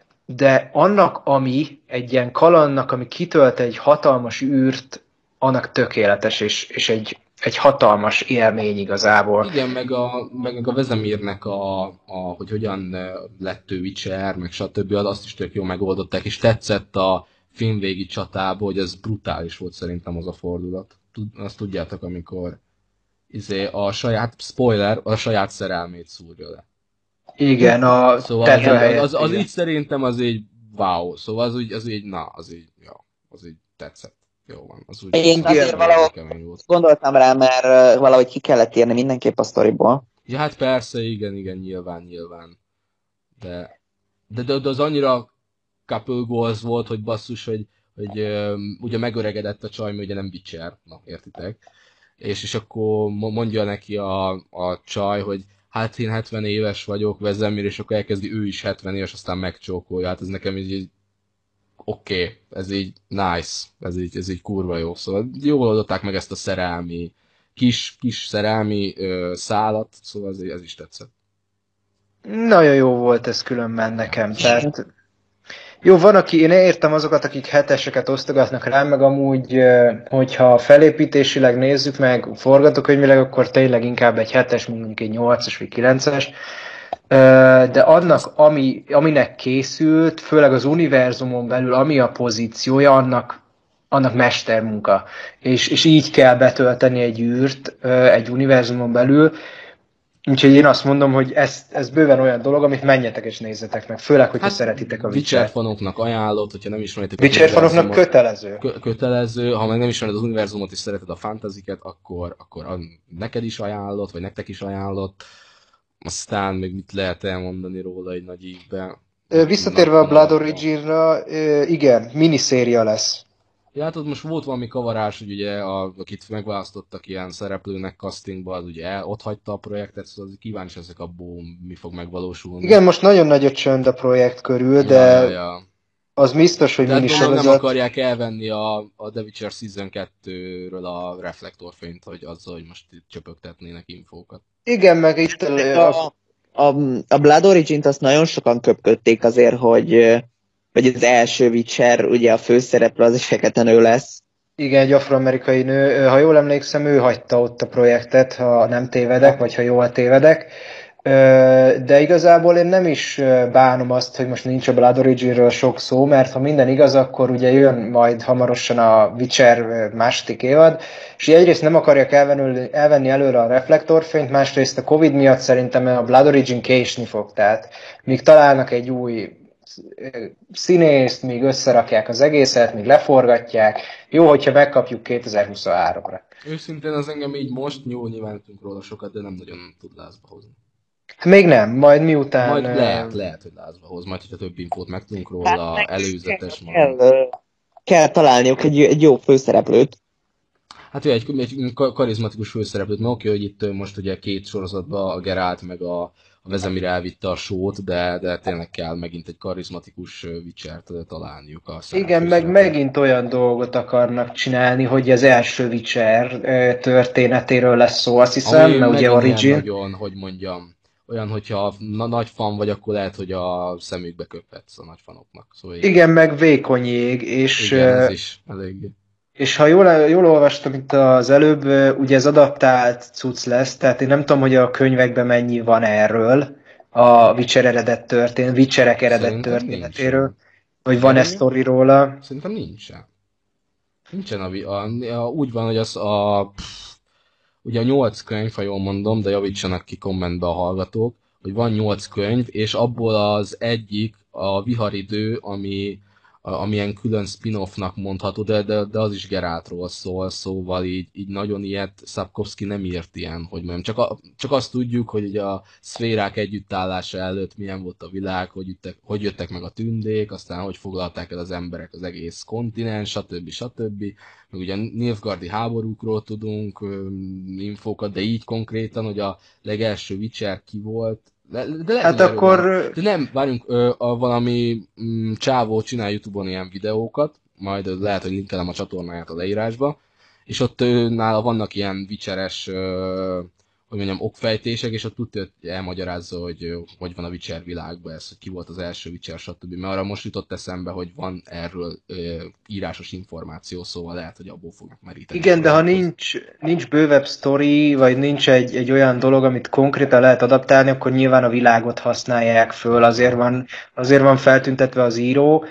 S3: de annak, ami egy ilyen kalandnak, ami kitölt egy hatalmas űrt, annak tökéletes, és, és egy, egy hatalmas élmény igazából.
S2: Igen, meg a, meg a Vesemirnek a, a, hogy hogyan lett ő Witcher, meg stb. Azt is tök jól megoldották, és tetszett a filmvégi csatába, hogy ez brutális volt szerintem az a fordulat. Tud, azt tudjátok, amikor izé, a saját, spoiler, a saját szerelmét szúrja le.
S3: Igen, a
S2: szóval az, az, az így szerintem az így wow, szóval az úgy, az így, na, az így, ja, az így tetszett. Jó van, az úgy.
S4: Én azért valahogy gondoltam rá, mert valahogy ki kellett érni mindenképp a sztoriból.
S2: Ja, hát persze, igen, igen, nyilván, nyilván. De, de, de, de az annyira couple goals volt, hogy basszus, hogy, hogy um, ugye megöregedett a csaj, mert ugye nem Witcher, na, értitek? És, és akkor mondja neki a, a csaj, hogy hát én hetven éves vagyok, Vesemir, és akkor elkezdi ő is hetven éves, aztán megcsókolja. Hát ez nekem így, így oké, okay, ez így nice, ez így, ez így kurva jó. Szóval jól oldották meg ezt a szerelmi, kis, kis szerelmi ö, szálat, szóval ez, ez is tetszett.
S3: Nagyon jó volt ez különben nekem, tehát Jó, van, aki, én értem azokat, akik heteseket osztogatnak rá, meg amúgy, hogyha felépítésileg nézzük meg, forgatókönyvileg, akkor tényleg inkább egy hetes, mondjuk egy nyolcas vagy kilences. De annak, ami, aminek készült, főleg az univerzumon belül, ami a pozíciója, annak, annak mestermunka. És, és így kell betölteni egy űrt egy univerzumon belül. Úgyhogy én azt mondom, hogy ez, ez bőven olyan dolog, amit menjetek és nézzetek meg. Főleg, hogyha hát, szeretitek a Witcher.
S2: Witcher fanoknak ajánlott, hogyha nem ismeritek
S3: a Witcher fanoknak kötelező.
S2: Kö- kötelező. Ha meg nem ismered az univerzumot és szereted a fantasyket, akkor, akkor neked is ajánlott, vagy nektek is ajánlott. Aztán még mit lehet elmondani róla egy nagy ívben.
S3: Visszatérve a Blood Origin-ra, igen, miniszéria lesz.
S2: Ja, hát ott most volt valami kavarás, hogy ugye, a, akit megválasztottak ilyen szereplőnek castingba, az ugye ott hagyta a projektet, szóval kíváncsi ezek abból mi fog megvalósulni.
S3: Igen, most nagyon nagy a csönd a projekt körül,
S2: ja,
S3: de
S2: ja, ja.
S3: az biztos, hogy
S2: minisorozat... nem akarják elvenni a, a The Witcher Season kettőről a reflektorfényt, hogy azzal, hogy most itt csöpögtetnének infókat.
S3: Igen, meg itt...
S4: A, a, a Blood Origin-t azt nagyon sokan köpködték azért, hogy... vagy az első Witcher, ugye a főszereplő az egy fekete nő lesz.
S3: Igen, egy afroamerikai nő. Ha jól emlékszem, ő hagyta ott a projektet, ha nem tévedek, vagy ha jól tévedek. De igazából én nem is bánom azt, hogy most nincs a Blood Originről sok szó, mert ha minden igaz, akkor ugye jön majd hamarosan a Witcher második évad, és egyrészt nem akarják elvenni, elvenni előre a reflektorfényt, másrészt a Covid miatt szerintem a Blood Origin késni fog, tehát míg találnak egy új színészt, míg összerakják az egészet, míg leforgatják. Jó, hogyha megkapjuk kétezer-huszonháromra.
S2: Őszintén az engem így most, jó, nyilván tudunk róla sokat, de nem nagyon tud lázba hozni.
S3: Még nem, majd miután...
S2: Majd lehet, lehet, hogy lázba hoz, majd hogyha több infót megtudunk róla, hát előzetes...
S4: Kell, kell, kell találniuk egy, egy jó főszereplőt.
S2: Hát egy, egy karizmatikus főszereplőt, mert oké, hogy itt most ugye két sorozatban a Geralt meg a, a Vezemir elvitte a sót, de, de tényleg kell megint egy karizmatikus Witchert találniuk a
S3: igen, meg megint olyan dolgot akarnak csinálni, hogy az első Witcher történetéről lesz szó, azt hiszem,
S2: ami
S3: mert ugye Origin.
S2: Nagyon, hogy mondjam, olyan, hogyha na, nagy fan vagy, akkor lehet, hogy a szemükbe köphetsz a nagy fanoknak. Szóval
S3: igen, így... meg vékony jég, és...
S2: Igen, ez is eléggé.
S3: És ha jól, jól olvastam itt az előbb, ugye ez adaptált cucc lesz, tehát én nem tudom, hogy a könyvekben mennyi van erről, a Witcher eredet történet, Witcherek eredet történetéről, nincsen. Vagy van-e sztori róla?
S2: Szerintem nincsen. Nincsen a, a, a úgy van, hogy az a... Pff, ugye a nyolc könyv, ha jól mondom, de javítsanak ki kommentbe a hallgatók, hogy van nyolc könyv, és abból az egyik a Viharidő, ami... amilyen külön spin-offnak mondható, de, de, de az is Geraltról szól, szóval így, így nagyon ilyet Sapkowski nem írt ilyen, hogy mondjam. Csak, a, csak azt tudjuk, hogy ugye a szférák együttállása előtt milyen volt a világ, hogy jöttek, hogy jöttek meg a tündék, aztán hogy foglalták el az emberek az egész kontinens, stb. stb. Meg ugye Nilfgaardi háborúkról tudunk infókat, de így konkrétan, hogy a legelső Witcher ki volt. De, de
S3: hát akkor...
S2: De nem, várjunk, ö, a valami m, csávó csinál YouTube-on ilyen videókat, majd lehet, hogy linkelem a csatornáját a leírásba, és ott ö, nála vannak ilyen Witcheres, ö, hogy mondjam, okfejtések, és ott tudja, hogy elmagyarázza, hogy ö, hogy van a Witcher világban ez, hogy ki volt az első Witcher, stb. Mert arra most jutott eszembe, hogy van erről ö, írásos információ, szóval lehet, hogy abból fognak meríteni.
S3: Igen, de ha nincs, nincs bővebb sztori, vagy nincs egy, egy olyan dolog, amit konkrétan lehet adaptálni, akkor nyilván a világot használják föl, azért van, azért van feltüntetve az író,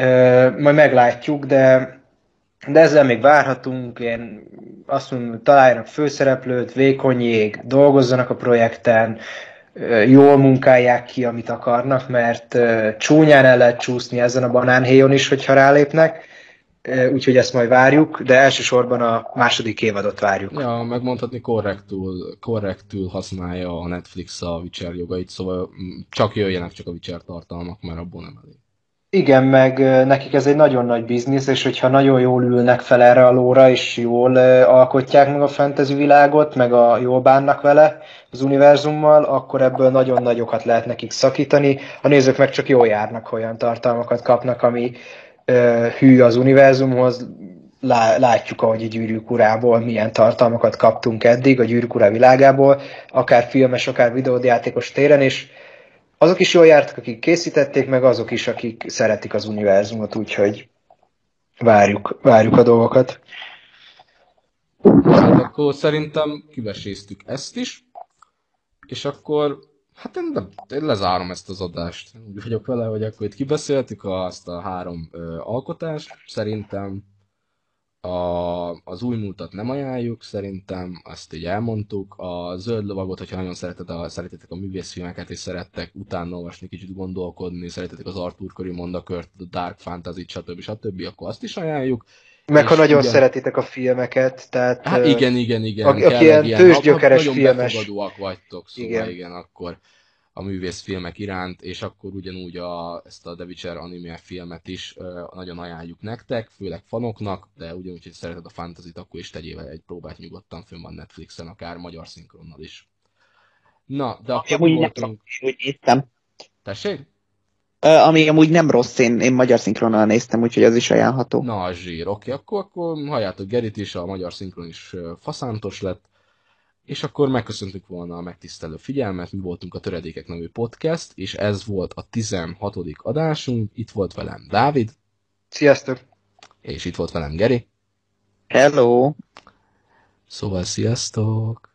S3: ö, majd meglátjuk, de De ezzel még várhatunk, én azt mondom, hogy találjanak főszereplőt, vékony jég, dolgozzanak a projekten, jól munkálják ki, amit akarnak, mert csúnyán el lehet csúszni ezen a banánhéjon is, hogyha rálépnek, úgyhogy ezt majd várjuk, de elsősorban a második évadot várjuk.
S2: Ja, megmondhatni korrektül, korrektül használja a Netflix a Witcher jogait, szóval csak jöjjenek csak a Witcher tartalmak, mert abból nem elég.
S3: Igen, meg nekik ez egy nagyon nagy biznisz, és hogyha nagyon jól ülnek fel erre a lóra, és jól alkotják meg a fantasy világot, meg a, jól bánnak vele, az univerzummal, akkor ebből nagyon nagyokat lehet nekik szakítani. A nézők meg csak jól járnak, olyan tartalmakat kapnak, ami ö, hű az univerzumhoz. Lá, látjuk, ahogy a Gyűrűk urából milyen tartalmakat kaptunk eddig, a Gyűrűk ura világából, akár filmes, akár videójátékos téren, és azok is jól jártak, akik készítették, meg azok is, akik szeretik az univerzumot, úgyhogy várjuk, várjuk a dolgokat.
S2: Hát akkor szerintem kiveséztük ezt is, és akkor, hát én, nem, én lezárom ezt az adást. Úgy vagyok vele, hogy akkor itt kibeszéltük azt a három ö, alkotást. Szerintem a, az új múltat nem ajánljuk, szerintem azt így elmondtuk. A zöld lovagot, hogyha nagyon szereted a, szeretitek a művészfilmeket, és szerettek utána olvasni, kicsit gondolkodni, szeretitek az Arthur Curry mondakört, a Dark Fantasy, stb. stb., akkor azt is ajánljuk.
S3: Meg ha nagyon
S2: ugyan...
S3: szeretitek a filmeket, tehát...
S2: Hát igen, igen, igen.
S3: Aki, aki ilyen tőzsgyökeres
S2: nagyon
S3: filmes...
S2: Nagyon befogadóak vagytok, szóval igen. igen, akkor a művészfilmek iránt, és akkor ugyanúgy a, ezt a The Witcher anime filmet is uh, nagyon ajánljuk nektek, főleg fanoknak, de ugyanúgy, hogy szereted a fantasyt, akkor is tegyél vele egy próbát nyugodtan, fönn van Netflixen, akár magyar szinkronnal is. Na, de akkor
S4: amúgy
S2: voltunk...
S4: nem úgy néztem.
S2: Tessék?
S4: Uh, ami amúgy nem rossz, én, én magyar szinkronnal néztem, úgyhogy az is ajánlható.
S2: Na, a zsír, oké, akkor, akkor halljátok Gerit is, a magyar szinkron is faszántos lett, és akkor megköszöntük volna a megtisztelő figyelmet, mi voltunk a Töredékek nevű podcast, és ez volt a tizenhatodik adásunk, itt volt velem Dávid.
S3: Sziasztok!
S2: És itt volt velem Geri.
S4: Hello!
S2: Szóval sziasztok!